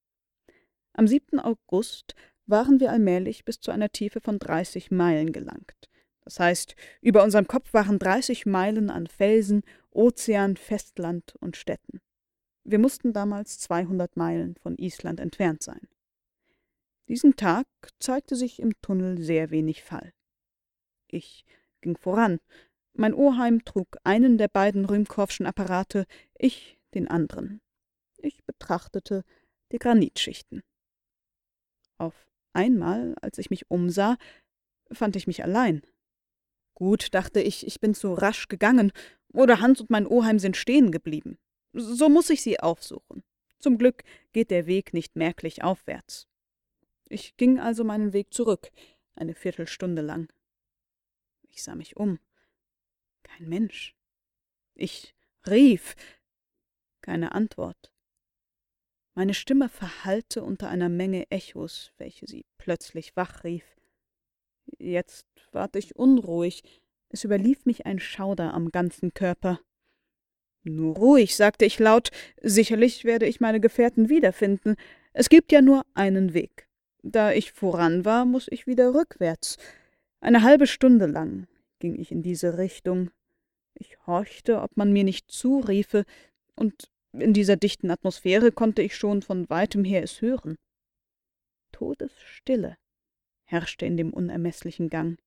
Am 7. August waren wir allmählich bis zu einer Tiefe von 30 Meilen gelangt. Das heißt, über unserem Kopf waren 30 Meilen an Felsen, Ozean, Festland und Städten. Wir mussten damals 200 Meilen von Island entfernt sein. Diesen Tag zeigte sich im Tunnel sehr wenig Fall. Ich ging voran. Mein Oheim trug einen der beiden Ruhmkorffschen Apparate, ich den anderen. Ich betrachtete die Granitschichten. Auf einmal, als ich mich umsah, fand ich mich allein. Gut, dachte ich, ich bin zu rasch gegangen, oder Hans und mein Oheim sind stehen geblieben. So muß ich sie aufsuchen. Zum Glück geht der Weg nicht merklich aufwärts. Ich ging also meinen Weg zurück, eine Viertelstunde lang. Ich sah mich um. Kein Mensch. Ich rief. Keine Antwort. Meine Stimme verhallte unter einer Menge Echos, welche sie plötzlich wachrief. Jetzt ward ich unruhig. Es überlief mich ein Schauder am ganzen Körper. »Nur ruhig«, sagte ich laut, »sicherlich werde ich meine Gefährten wiederfinden. Es gibt ja nur einen Weg. Da ich voran war, muß ich wieder rückwärts. Eine halbe Stunde lang ging ich in diese Richtung. Ich horchte, ob man mir nicht zuriefe, und in dieser dichten Atmosphäre konnte ich schon von weitem her es hören. Todesstille herrschte in dem unermeßlichen Gang.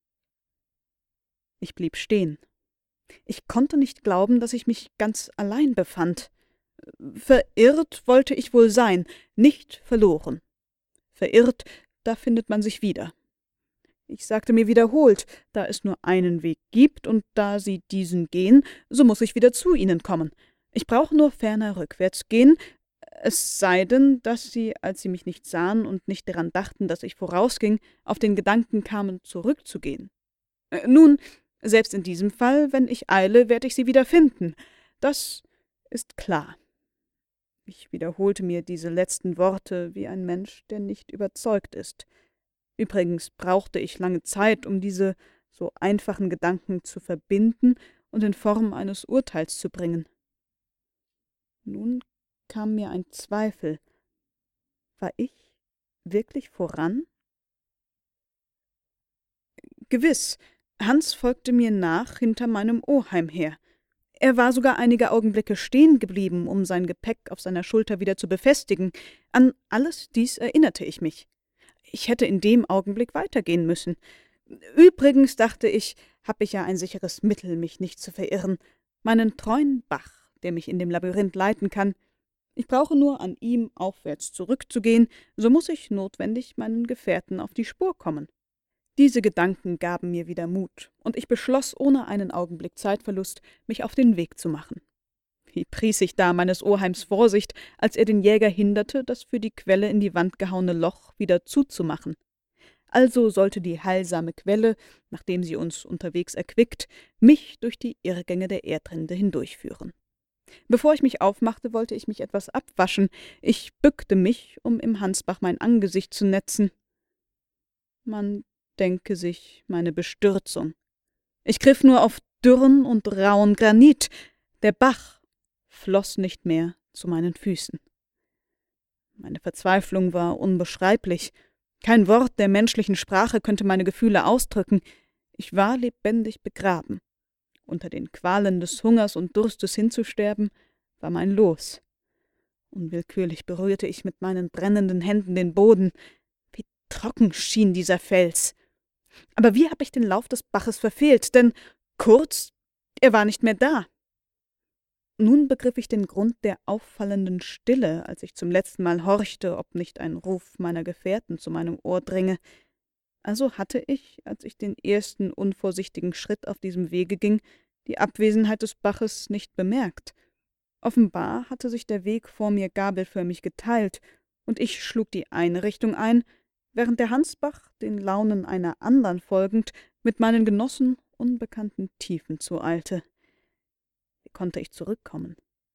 Ich blieb stehen. Ich konnte nicht glauben, dass ich mich ganz allein befand. Verirrt wollte ich wohl sein, nicht verloren. Verirrt, da findet man sich wieder. Ich sagte mir wiederholt, da es nur einen Weg gibt, und da sie diesen gehen, so muß ich wieder zu ihnen kommen. Ich brauche nur ferner rückwärts gehen, es sei denn, dass sie, als sie mich nicht sahen und nicht daran dachten, dass ich vorausging, auf den Gedanken kamen, zurückzugehen. Nun, selbst in diesem Fall, wenn ich eile, werde ich sie wieder finden. Das ist klar. Ich wiederholte mir diese letzten Worte wie ein Mensch, der nicht überzeugt ist. Übrigens brauchte ich lange Zeit, um diese so einfachen Gedanken zu verbinden und in Form eines Urteils zu bringen. Nun kam mir ein Zweifel. War ich wirklich voran? Gewiss, Hans folgte mir nach hinter meinem Oheim her. Er war sogar einige Augenblicke stehen geblieben, um sein Gepäck auf seiner Schulter wieder zu befestigen. An alles dies erinnerte ich mich. Ich hätte in dem Augenblick weitergehen müssen. Übrigens, dachte ich, habe ich ja ein sicheres Mittel, mich nicht zu verirren. Meinen treuen Bach, der mich in dem Labyrinth leiten kann. Ich brauche nur an ihm aufwärts zurückzugehen, so muß ich notwendig meinen Gefährten auf die Spur kommen. Diese Gedanken gaben mir wieder Mut, und ich beschloss, ohne einen Augenblick Zeitverlust, mich auf den Weg zu machen. Wie pries ich da meines Oheims Vorsicht, als er den Jäger hinderte, das für die Quelle in die Wand gehauene Loch wieder zuzumachen. Also sollte die heilsame Quelle, nachdem sie uns unterwegs erquickt, mich durch die Irrgänge der Erdrinde hindurchführen. Bevor ich mich aufmachte, wollte ich mich etwas abwaschen. Ich bückte mich, um im Hansbach mein Angesicht zu netzen. Man denke sich meine Bestürzung. Ich griff nur auf dürren und rauen Granit. Der Bach floss nicht mehr zu meinen Füßen. Meine Verzweiflung war unbeschreiblich. Kein Wort der menschlichen Sprache könnte meine Gefühle ausdrücken. Ich war lebendig begraben. Unter den Qualen des Hungers und Durstes hinzusterben, war mein Los. Unwillkürlich berührte ich mit meinen brennenden Händen den Boden. Wie trocken schien dieser Fels. Aber wie habe ich den Lauf des Baches verfehlt? Denn kurz, er war nicht mehr da. Nun begriff ich den Grund der auffallenden Stille, als ich zum letzten Mal horchte, ob nicht ein Ruf meiner Gefährten zu meinem Ohr dringe. Also hatte ich, als ich den ersten unvorsichtigen Schritt auf diesem Wege ging, die Abwesenheit des Baches nicht bemerkt. Offenbar hatte sich der Weg vor mir gabelförmig geteilt, und ich schlug die eine Richtung ein, während der Hansbach, den Launen einer andern folgend, mit meinen Genossen unbekannten Tiefen zueilte. Wie konnte ich zurückkommen?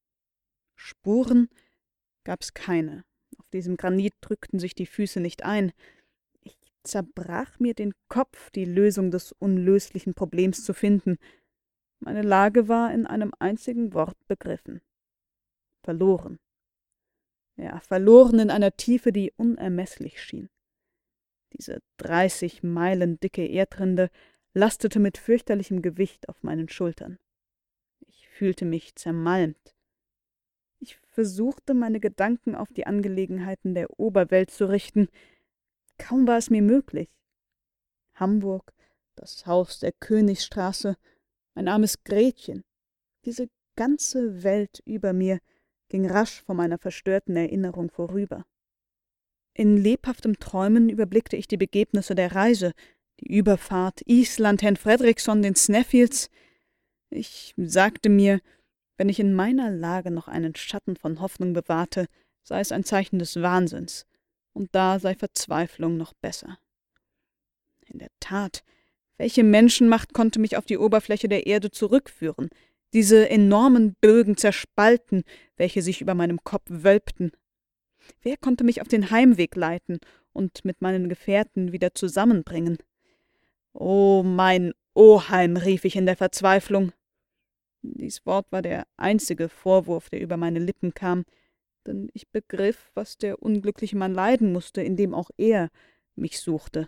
Spuren gab's keine. Auf diesem Granit drückten sich die Füße nicht ein. Ich zerbrach mir den Kopf, die Lösung des unlöslichen Problems zu finden. Meine Lage war in einem einzigen Wort begriffen. Verloren. Ja, verloren in einer Tiefe, die unermesslich schien. Diese 30 Meilen dicke Erdrinde lastete mit fürchterlichem Gewicht auf meinen Schultern. Ich fühlte mich zermalmt. Ich versuchte, meine Gedanken auf die Angelegenheiten der Oberwelt zu richten. Kaum war es mir möglich. Hamburg, das Haus der Königsstraße, mein armes Gretchen, diese ganze Welt über mir ging rasch vor meiner verstörten Erinnerung vorüber. In lebhaftem Träumen überblickte ich die Begebnisse der Reise, die Überfahrt, Island, Herrn Fredriksson, den Sneffields. Ich sagte mir, wenn ich in meiner Lage noch einen Schatten von Hoffnung bewahrte, sei es ein Zeichen des Wahnsinns, und da sei Verzweiflung noch besser. In der Tat, welche Menschenmacht konnte mich auf die Oberfläche der Erde zurückführen, diese enormen Bögen zerspalten, welche sich über meinem Kopf wölbten? Wer konnte mich auf den Heimweg leiten und mit meinen Gefährten wieder zusammenbringen? »O mein Oheim«, rief ich in der Verzweiflung. Dies Wort war der einzige Vorwurf, der über meine Lippen kam, denn ich begriff, was der unglückliche Mann leiden musste, indem auch er mich suchte.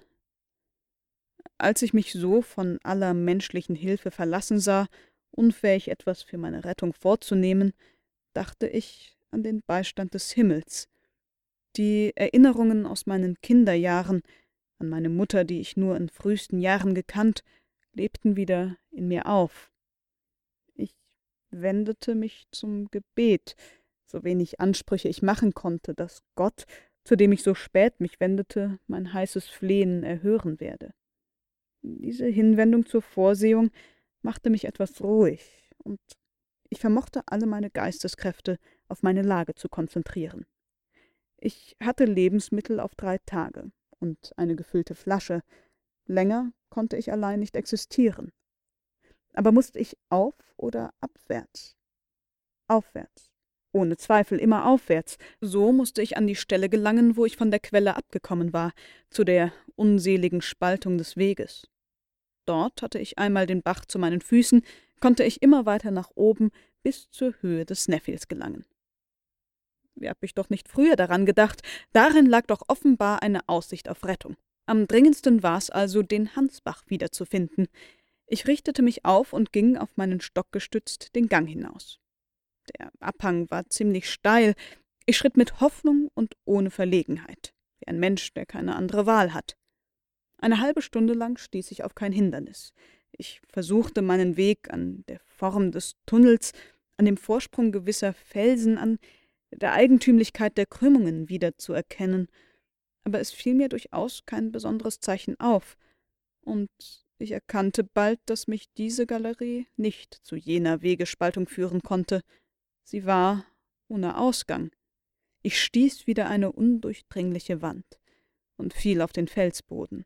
Als ich mich so von aller menschlichen Hilfe verlassen sah, unfähig etwas für meine Rettung vorzunehmen, dachte ich an den Beistand des Himmels. Die Erinnerungen aus meinen Kinderjahren, an meine Mutter, die ich nur in frühesten Jahren gekannt, lebten wieder in mir auf. Ich wendete mich zum Gebet, so wenig Ansprüche ich machen konnte, dass Gott, zu dem ich so spät mich wendete, mein heißes Flehen erhören werde. Diese Hinwendung zur Vorsehung machte mich etwas ruhig, und ich vermochte alle meine Geisteskräfte auf meine Lage zu konzentrieren. Ich hatte Lebensmittel auf 3 Tage und eine gefüllte Flasche. Länger konnte ich allein nicht existieren. Aber musste ich auf oder abwärts? Aufwärts. Ohne Zweifel immer aufwärts. So musste ich an die Stelle gelangen, wo ich von der Quelle abgekommen war, zu der unseligen Spaltung des Weges. Dort hatte ich einmal den Bach zu meinen Füßen, konnte ich immer weiter nach oben bis zur Höhe des Sneffels gelangen. Wie hab ich doch nicht früher daran gedacht? Darin lag doch offenbar eine Aussicht auf Rettung. Am dringendsten war's also, den Hansbach wiederzufinden. Ich richtete mich auf und ging, auf meinen Stock gestützt, den Gang hinaus. Der Abhang war ziemlich steil. Ich schritt mit Hoffnung und ohne Verlegenheit, wie ein Mensch, der keine andere Wahl hat. Eine halbe Stunde lang stieß ich auf kein Hindernis. Ich versuchte meinen Weg an der Form des Tunnels, an dem Vorsprung gewisser Felsen, an der Eigentümlichkeit der Krümmungen wiederzuerkennen, aber es fiel mir durchaus kein besonderes Zeichen auf, und ich erkannte bald, dass mich diese Galerie nicht zu jener Wegespaltung führen konnte. Sie war ohne Ausgang. Ich stieß wider eine undurchdringliche Wand und fiel auf den Felsboden.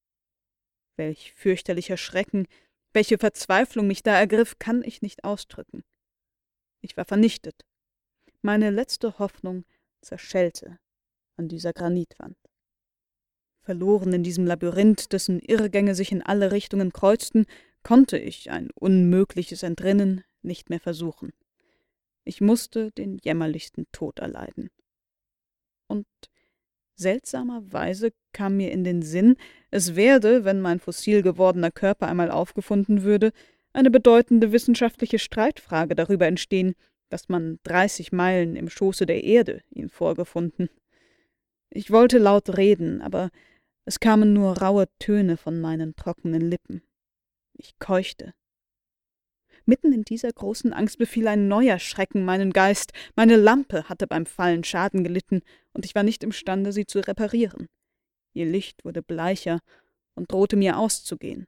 Welch fürchterlicher Schrecken, welche Verzweiflung mich da ergriff, kann ich nicht ausdrücken. Ich war vernichtet. Meine letzte Hoffnung zerschellte an dieser Granitwand. Verloren in diesem Labyrinth, dessen Irrgänge sich in alle Richtungen kreuzten, konnte ich ein unmögliches Entrinnen nicht mehr versuchen. Ich musste den jämmerlichsten Tod erleiden. Und seltsamerweise kam mir in den Sinn, es werde, wenn mein fossil gewordener Körper einmal aufgefunden würde, eine bedeutende wissenschaftliche Streitfrage darüber entstehen, dass man 30 Meilen im Schoße der Erde ihn vorgefunden. Ich wollte laut reden, aber es kamen nur raue Töne von meinen trockenen Lippen. Ich keuchte. Mitten in dieser großen Angst befiel ein neuer Schrecken meinen Geist. Meine Lampe hatte beim Fallen Schaden gelitten, und ich war nicht imstande, sie zu reparieren. Ihr Licht wurde bleicher und drohte mir auszugehen.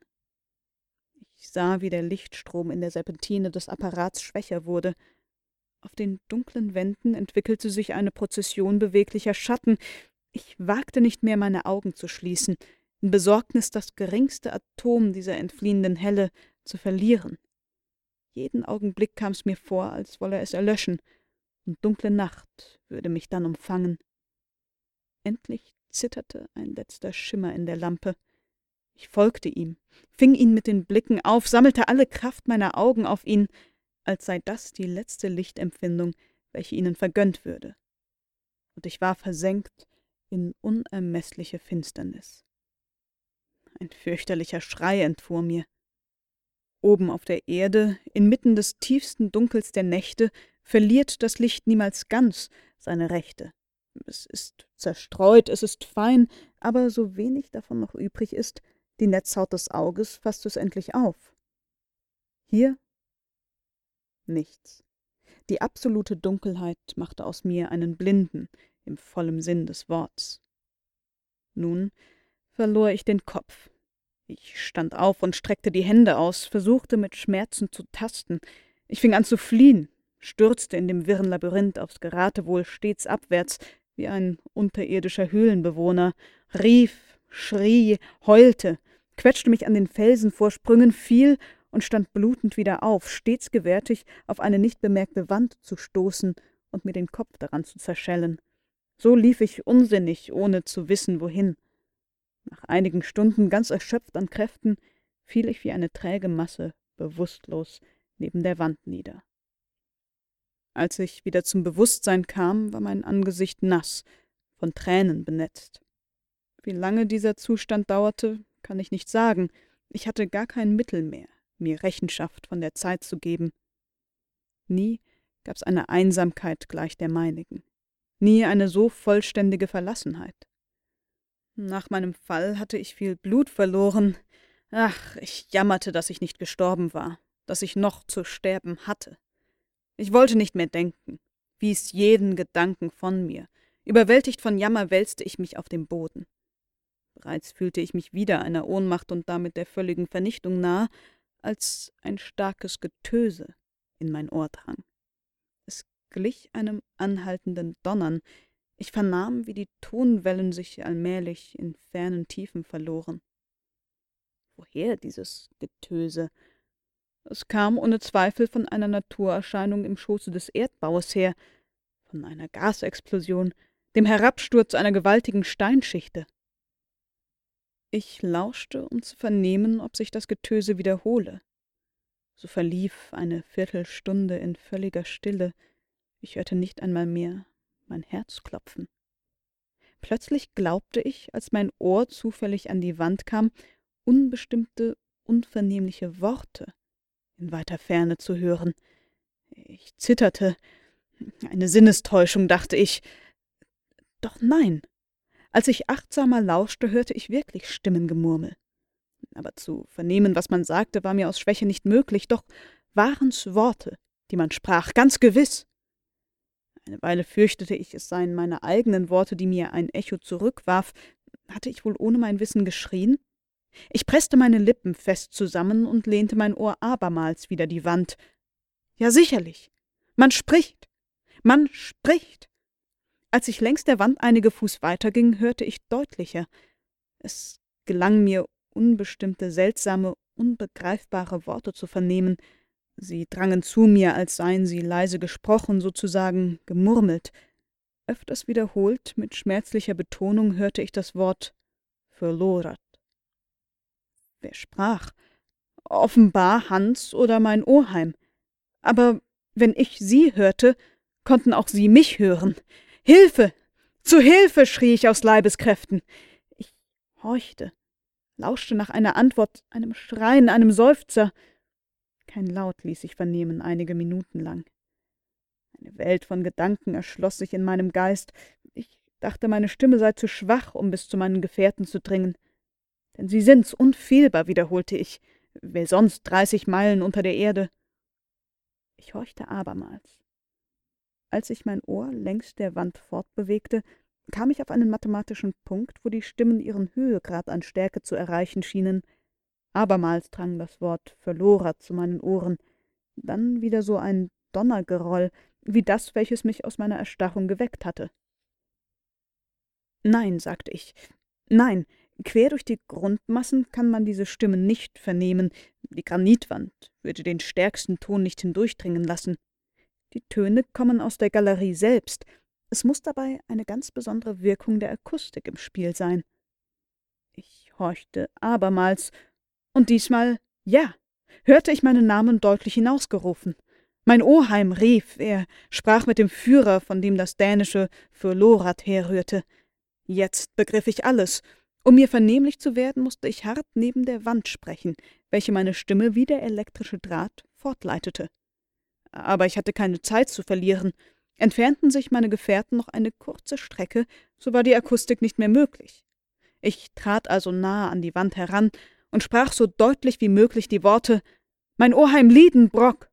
Ich sah, wie der Lichtstrom in der Serpentine des Apparats schwächer wurde. Auf den dunklen Wänden entwickelte sich eine Prozession beweglicher Schatten. Ich wagte nicht mehr, meine Augen zu schließen, in Besorgnis, das geringste Atom dieser entfliehenden Helle zu verlieren. Jeden Augenblick kam es mir vor, als wolle es erlöschen, und dunkle Nacht würde mich dann umfangen. Endlich zitterte ein letzter Schimmer in der Lampe. Ich folgte ihm, fing ihn mit den Blicken auf, sammelte alle Kraft meiner Augen auf ihn, als sei das die letzte Lichtempfindung, welche ihnen vergönnt würde. Und ich war versenkt in unermeßliche Finsternis. Ein fürchterlicher Schrei entfuhr mir. Oben auf der Erde, inmitten des tiefsten Dunkels der Nächte, verliert das Licht niemals ganz seine Rechte. Es ist zerstreut, es ist fein, aber so wenig davon noch übrig ist, die Netzhaut des Auges fasst es endlich auf. Hier nichts. Die absolute Dunkelheit machte aus mir einen Blinden, im vollen Sinn des Worts. Nun verlor ich den Kopf. Ich stand auf und streckte die Hände aus, versuchte mit Schmerzen zu tasten. Ich fing an zu fliehen, stürzte in dem wirren Labyrinth aufs Geratewohl stets abwärts, wie ein unterirdischer Höhlenbewohner, rief, schrie, heulte, quetschte mich an den Felsenvorsprüngen, fiel und stand blutend wieder auf, stets gewärtig, auf eine nicht bemerkte Wand zu stoßen und mir den Kopf daran zu zerschellen. So lief ich unsinnig, ohne zu wissen, wohin. Nach einigen Stunden, ganz erschöpft an Kräften, fiel ich wie eine träge Masse bewusstlos neben der Wand nieder. Als ich wieder zum Bewusstsein kam, war mein Angesicht nass, von Tränen benetzt. Wie lange dieser Zustand dauerte, kann ich nicht sagen. Ich hatte gar kein Mittel mehr, mir Rechenschaft von der Zeit zu geben. Nie gab's eine Einsamkeit gleich der meinigen, nie eine so vollständige Verlassenheit. Nach meinem Fall hatte ich viel Blut verloren. Ach, ich jammerte, dass ich nicht gestorben war, dass ich noch zu sterben hatte. Ich wollte nicht mehr denken, wies jeden Gedanken von mir. Überwältigt von Jammer wälzte ich mich auf dem Boden. Bereits fühlte ich mich wieder einer Ohnmacht und damit der völligen Vernichtung nahe, als ein starkes Getöse in mein Ohr drang. Es glich einem anhaltenden Donnern. Ich vernahm, wie die Tonwellen sich allmählich in fernen Tiefen verloren. Woher dieses Getöse? Es kam ohne Zweifel von einer Naturerscheinung im Schoße des Erdbaues her, von einer Gasexplosion, dem Herabsturz einer gewaltigen Steinschichte. Ich lauschte, um zu vernehmen, ob sich das Getöse wiederhole. So verlief eine Viertelstunde in völliger Stille. Ich hörte nicht einmal mehr mein Herz klopfen. Plötzlich glaubte ich, als mein Ohr zufällig an die Wand kam, unbestimmte, unvernehmliche Worte in weiter Ferne zu hören. Ich zitterte. Eine Sinnestäuschung, dachte ich. Doch nein. Als ich achtsamer lauschte, hörte ich wirklich Stimmengemurmel. Aber zu vernehmen, was man sagte, war mir aus Schwäche nicht möglich, doch waren's Worte, die man sprach, ganz gewiss. Eine Weile fürchtete ich, es seien meine eigenen Worte, die mir ein Echo zurückwarf. Hatte ich wohl ohne mein Wissen geschrien? Ich presste meine Lippen fest zusammen und lehnte mein Ohr abermals wider die Wand. Ja, sicherlich. Man spricht. Man spricht. Als ich längs der Wand einige Fuß weiterging, hörte ich deutlicher. Es gelang mir, unbestimmte, seltsame, unbegreifbare Worte zu vernehmen. Sie drangen zu mir, als seien sie leise gesprochen, sozusagen gemurmelt. Öfters wiederholt, mit schmerzlicher Betonung, hörte ich das Wort »verlorat«. Wer sprach? Offenbar Hans oder mein Oheim. Aber wenn ich sie hörte, konnten auch sie mich hören. »Hilfe! Zu Hilfe!« schrie ich aus Leibeskräften. Ich horchte, lauschte nach einer Antwort, einem Schreien, einem Seufzer. Kein Laut ließ sich vernehmen, einige Minuten lang. Eine Welt von Gedanken erschloss sich in meinem Geist. Ich dachte, meine Stimme sei zu schwach, um bis zu meinen Gefährten zu dringen. »Denn sie sind's, unfehlbar«, wiederholte ich. »Wer sonst 30 Meilen unter der Erde?« Ich horchte abermals. Als ich mein Ohr längs der Wand fortbewegte, kam ich auf einen mathematischen Punkt, wo die Stimmen ihren Höhegrad an Stärke zu erreichen schienen. Abermals drang das Wort »verlora« zu meinen Ohren, dann wieder so ein Donnergeroll, wie das, welches mich aus meiner Erstarrung geweckt hatte. »Nein«, sagte ich, »nein, quer durch die Grundmassen kann man diese Stimmen nicht vernehmen. Die Granitwand würde den stärksten Ton nicht hindurchdringen lassen. Die Töne kommen aus der Galerie selbst. Es muß dabei eine ganz besondere Wirkung der Akustik im Spiel sein.« Ich horchte abermals, und diesmal, ja, hörte ich meinen Namen deutlich hinausgerufen. Mein Oheim rief, er sprach mit dem Führer, von dem das dänische »Förlorat« herrührte. Jetzt begriff ich alles. Um mir vernehmlich zu werden, musste ich hart neben der Wand sprechen, welche meine Stimme wie der elektrische Draht fortleitete. Aber ich hatte keine Zeit zu verlieren. Entfernten sich meine Gefährten noch eine kurze Strecke, so war die Akustik nicht mehr möglich. Ich trat also nahe an die Wand heran und sprach so deutlich wie möglich die Worte »Mein Oheim Liedenbrock«.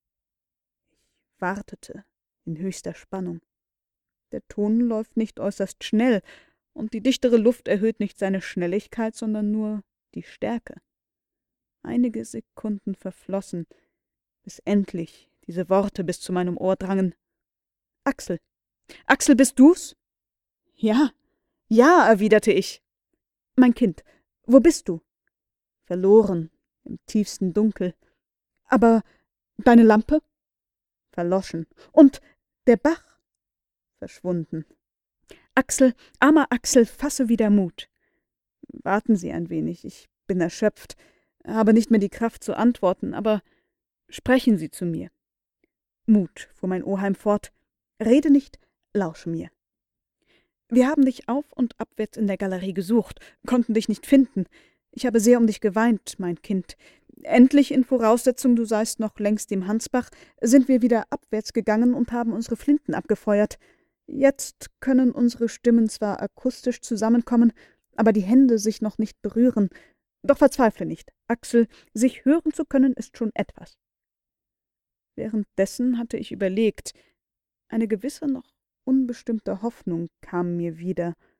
Ich wartete in höchster Spannung. Der Ton läuft nicht äußerst schnell, und die dichtere Luft erhöht nicht seine Schnelligkeit, sondern nur die Stärke. Einige Sekunden verflossen, bis endlich diese Worte bis zu meinem Ohr drangen. »Axel! Axel, bist du's?« »Ja, ja«, erwiderte ich. »Mein Kind, wo bist du?« »Verloren, im tiefsten Dunkel.« »Aber deine Lampe?« »Verloschen.« »Und der Bach?« »Verschwunden.« »Axel, armer Axel, fasse wieder Mut.« »Warten Sie ein wenig, ich bin erschöpft, habe nicht mehr die Kraft zu antworten, aber sprechen Sie zu mir.« »Mut«, fuhr mein Oheim fort, »rede nicht, lausche mir. Wir haben dich auf- und abwärts in der Galerie gesucht, konnten dich nicht finden. Ich habe sehr um dich geweint, mein Kind. Endlich, in Voraussetzung, du seist noch längst im Hansbach, sind wir wieder abwärts gegangen und haben unsere Flinten abgefeuert. Jetzt können unsere Stimmen zwar akustisch zusammenkommen, aber die Hände sich noch nicht berühren. Doch verzweifle nicht, Axel, sich hören zu können, ist schon etwas.« Währenddessen hatte ich überlegt. Eine gewisse, noch unbestimmte Hoffnung kam mir wieder,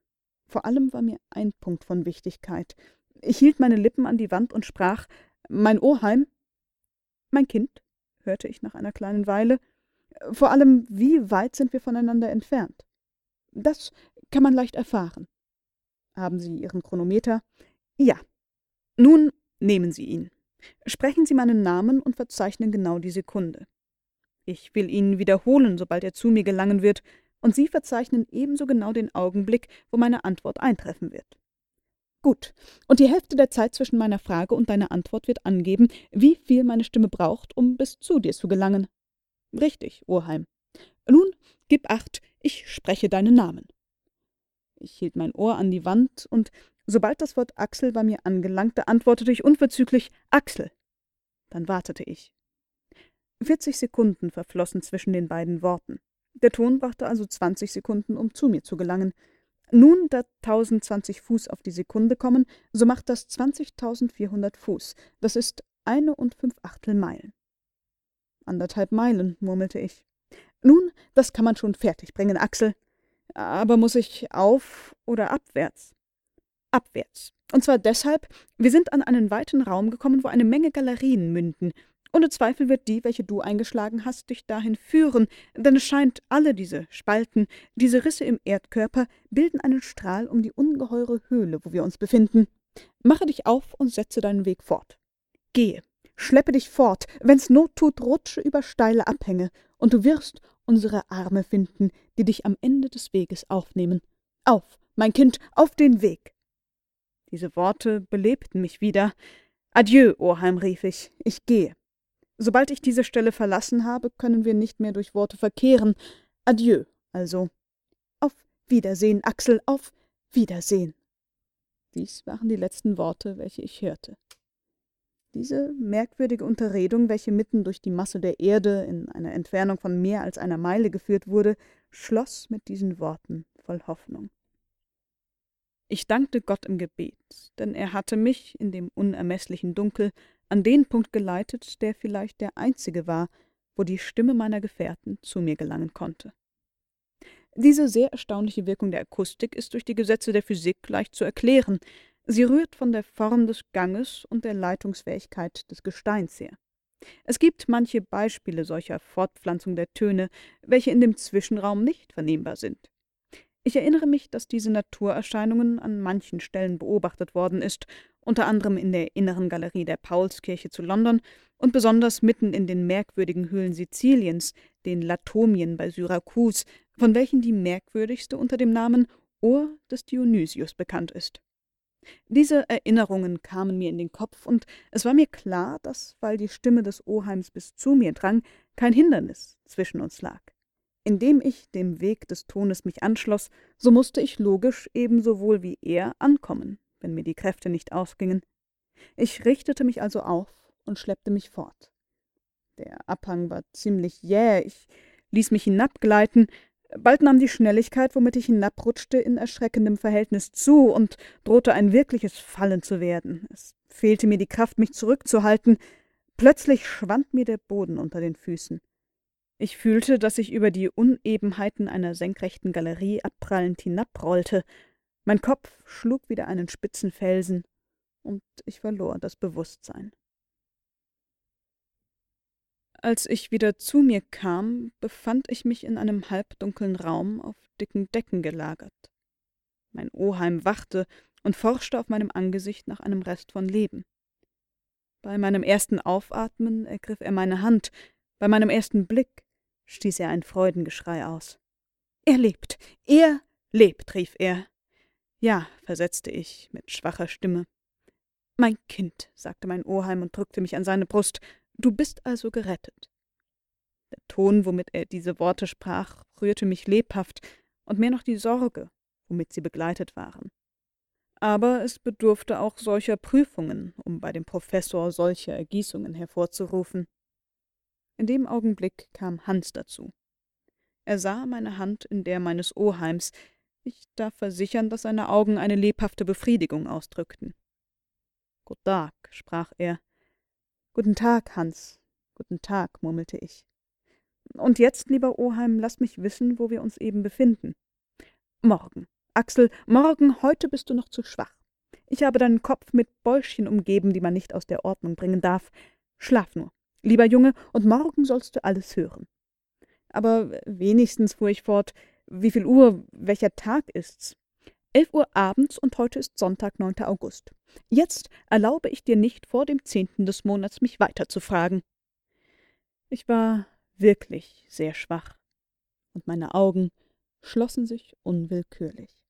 Vor allem war mir ein Punkt von Wichtigkeit. Ich hielt meine Lippen an die Wand und sprach: »Mein Oheim?« »Mein Kind«, hörte ich nach einer kleinen Weile, »vor allem, wie weit sind wir voneinander entfernt?« »Das kann man leicht erfahren.« »Haben Sie Ihren Chronometer?« »Ja.« »Nun nehmen Sie ihn. Sprechen Sie meinen Namen und verzeichnen genau die Sekunde. Ich will ihn wiederholen, sobald er zu mir gelangen wird, und Sie verzeichnen ebenso genau den Augenblick, wo meine Antwort eintreffen wird.« »Gut, und die Hälfte der Zeit zwischen meiner Frage und deiner Antwort wird angeben, wie viel meine Stimme braucht, um bis zu dir zu gelangen.« »Richtig, Oheim. Nun, gib acht, ich spreche deinen Namen.« Ich hielt mein Ohr an die Wand, und sobald das Wort Axel bei mir angelangte, antwortete ich unverzüglich: »Axel.« Dann wartete ich. 40 Sekunden verflossen zwischen den beiden Worten. Der Ton brachte also 20 Sekunden, um zu mir zu gelangen. Nun, da 1020 Fuß auf die Sekunde kommen, so macht das 20.400 Fuß. Das ist 1,5 Meilen. »1,5 Meilen«, murmelte ich. »Nun, das kann man schon fertigbringen, Axel. Aber muss ich auf oder abwärts?« »Abwärts. Und zwar deshalb, wir sind an einen weiten Raum gekommen, wo eine Menge Galerien münden. Ohne Zweifel wird die, welche du eingeschlagen hast, dich dahin führen, denn es scheint, alle diese Spalten, diese Risse im Erdkörper, bilden einen Strahl um die ungeheure Höhle, wo wir uns befinden. Mache dich auf und setze deinen Weg fort. Gehe, schleppe dich fort, wenn's Not tut, rutsche über steile Abhänge, und du wirst unsere Arme finden, die dich am Ende des Weges aufnehmen. Auf, mein Kind, auf den Weg!« Diese Worte belebten mich wieder. »Adieu, Oheim«, rief ich, »ich gehe. Sobald ich diese Stelle verlassen habe, können wir nicht mehr durch Worte verkehren. Adieu, also. Auf Wiedersehen, Axel, auf Wiedersehen.« Dies waren die letzten Worte, welche ich hörte. Diese merkwürdige Unterredung, welche mitten durch die Masse der Erde in einer Entfernung von mehr als einer Meile geführt wurde, schloss mit diesen Worten voll Hoffnung. Ich dankte Gott im Gebet, denn er hatte mich in dem unermeßlichen Dunkel an den Punkt geleitet, der vielleicht der einzige war, wo die Stimme meiner Gefährten zu mir gelangen konnte. Diese sehr erstaunliche Wirkung der Akustik ist durch die Gesetze der Physik leicht zu erklären. Sie rührt von der Form des Ganges und der Leitungsfähigkeit des Gesteins her. Es gibt manche Beispiele solcher Fortpflanzung der Töne, welche in dem Zwischenraum nicht vernehmbar sind. Ich erinnere mich, dass diese Naturerscheinungen an manchen Stellen beobachtet worden ist, unter anderem in der inneren Galerie der Paulskirche zu London und besonders mitten in den merkwürdigen Höhlen Siziliens, den Latomien bei Syrakus, von welchen die merkwürdigste unter dem Namen Ohr des Dionysius bekannt ist. Diese Erinnerungen kamen mir in den Kopf, und es war mir klar, dass, weil die Stimme des Oheims bis zu mir drang, kein Hindernis zwischen uns lag. Indem ich dem Weg des Tones mich anschloss, so musste ich logisch ebensowohl wie er ankommen, wenn mir die Kräfte nicht ausgingen. Ich richtete mich also auf und schleppte mich fort. Der Abhang war ziemlich jäh, ich ließ mich hinabgleiten. Bald nahm die Schnelligkeit, womit ich hinabrutschte, in erschreckendem Verhältnis zu und drohte ein wirkliches Fallen zu werden. Es fehlte mir die Kraft, mich zurückzuhalten. Plötzlich schwand mir der Boden unter den Füßen. Ich fühlte, dass ich über die Unebenheiten einer senkrechten Galerie abprallend hinabrollte. Mein Kopf schlug wieder einen spitzen Felsen, und ich verlor das Bewusstsein. Als ich wieder zu mir kam, befand ich mich in einem halbdunklen Raum auf dicken Decken gelagert. Mein Oheim wachte und forschte auf meinem Angesicht nach einem Rest von Leben. Bei meinem ersten Aufatmen ergriff er meine Hand, bei meinem ersten Blick stieß er ein Freudengeschrei aus. »Er lebt! Er lebt!« rief er. »Ja«, versetzte ich mit schwacher Stimme. »Mein Kind«, sagte mein Oheim und drückte mich an seine Brust, »du bist also gerettet.« Der Ton, womit er diese Worte sprach, rührte mich lebhaft, und mehr noch die Sorge, womit sie begleitet waren. Aber es bedurfte auch solcher Prüfungen, um bei dem Professor solche Ergießungen hervorzurufen. In dem Augenblick kam Hans dazu. Er sah meine Hand in der meines Oheims. Ich darf versichern, dass seine Augen eine lebhafte Befriedigung ausdrückten. »Guten Tag«, sprach er. »Guten Tag, Hans. Guten Tag«, murmelte ich. »Und jetzt, lieber Oheim, lass mich wissen, wo wir uns eben befinden.« »Morgen. Axel, heute bist du noch zu schwach. Ich habe deinen Kopf mit Bäuschen umgeben, die man nicht aus der Ordnung bringen darf. Schlaf nur, lieber Junge, und morgen sollst du alles hören. Aber wenigstens, fuhr ich fort, wie viel Uhr, welcher Tag ist's? 11 Uhr abends und heute ist Sonntag, 9. August. Jetzt erlaube ich dir nicht, vor dem 10. des Monats mich weiter zu fragen. Ich war wirklich sehr schwach, und meine Augen schlossen sich unwillkürlich.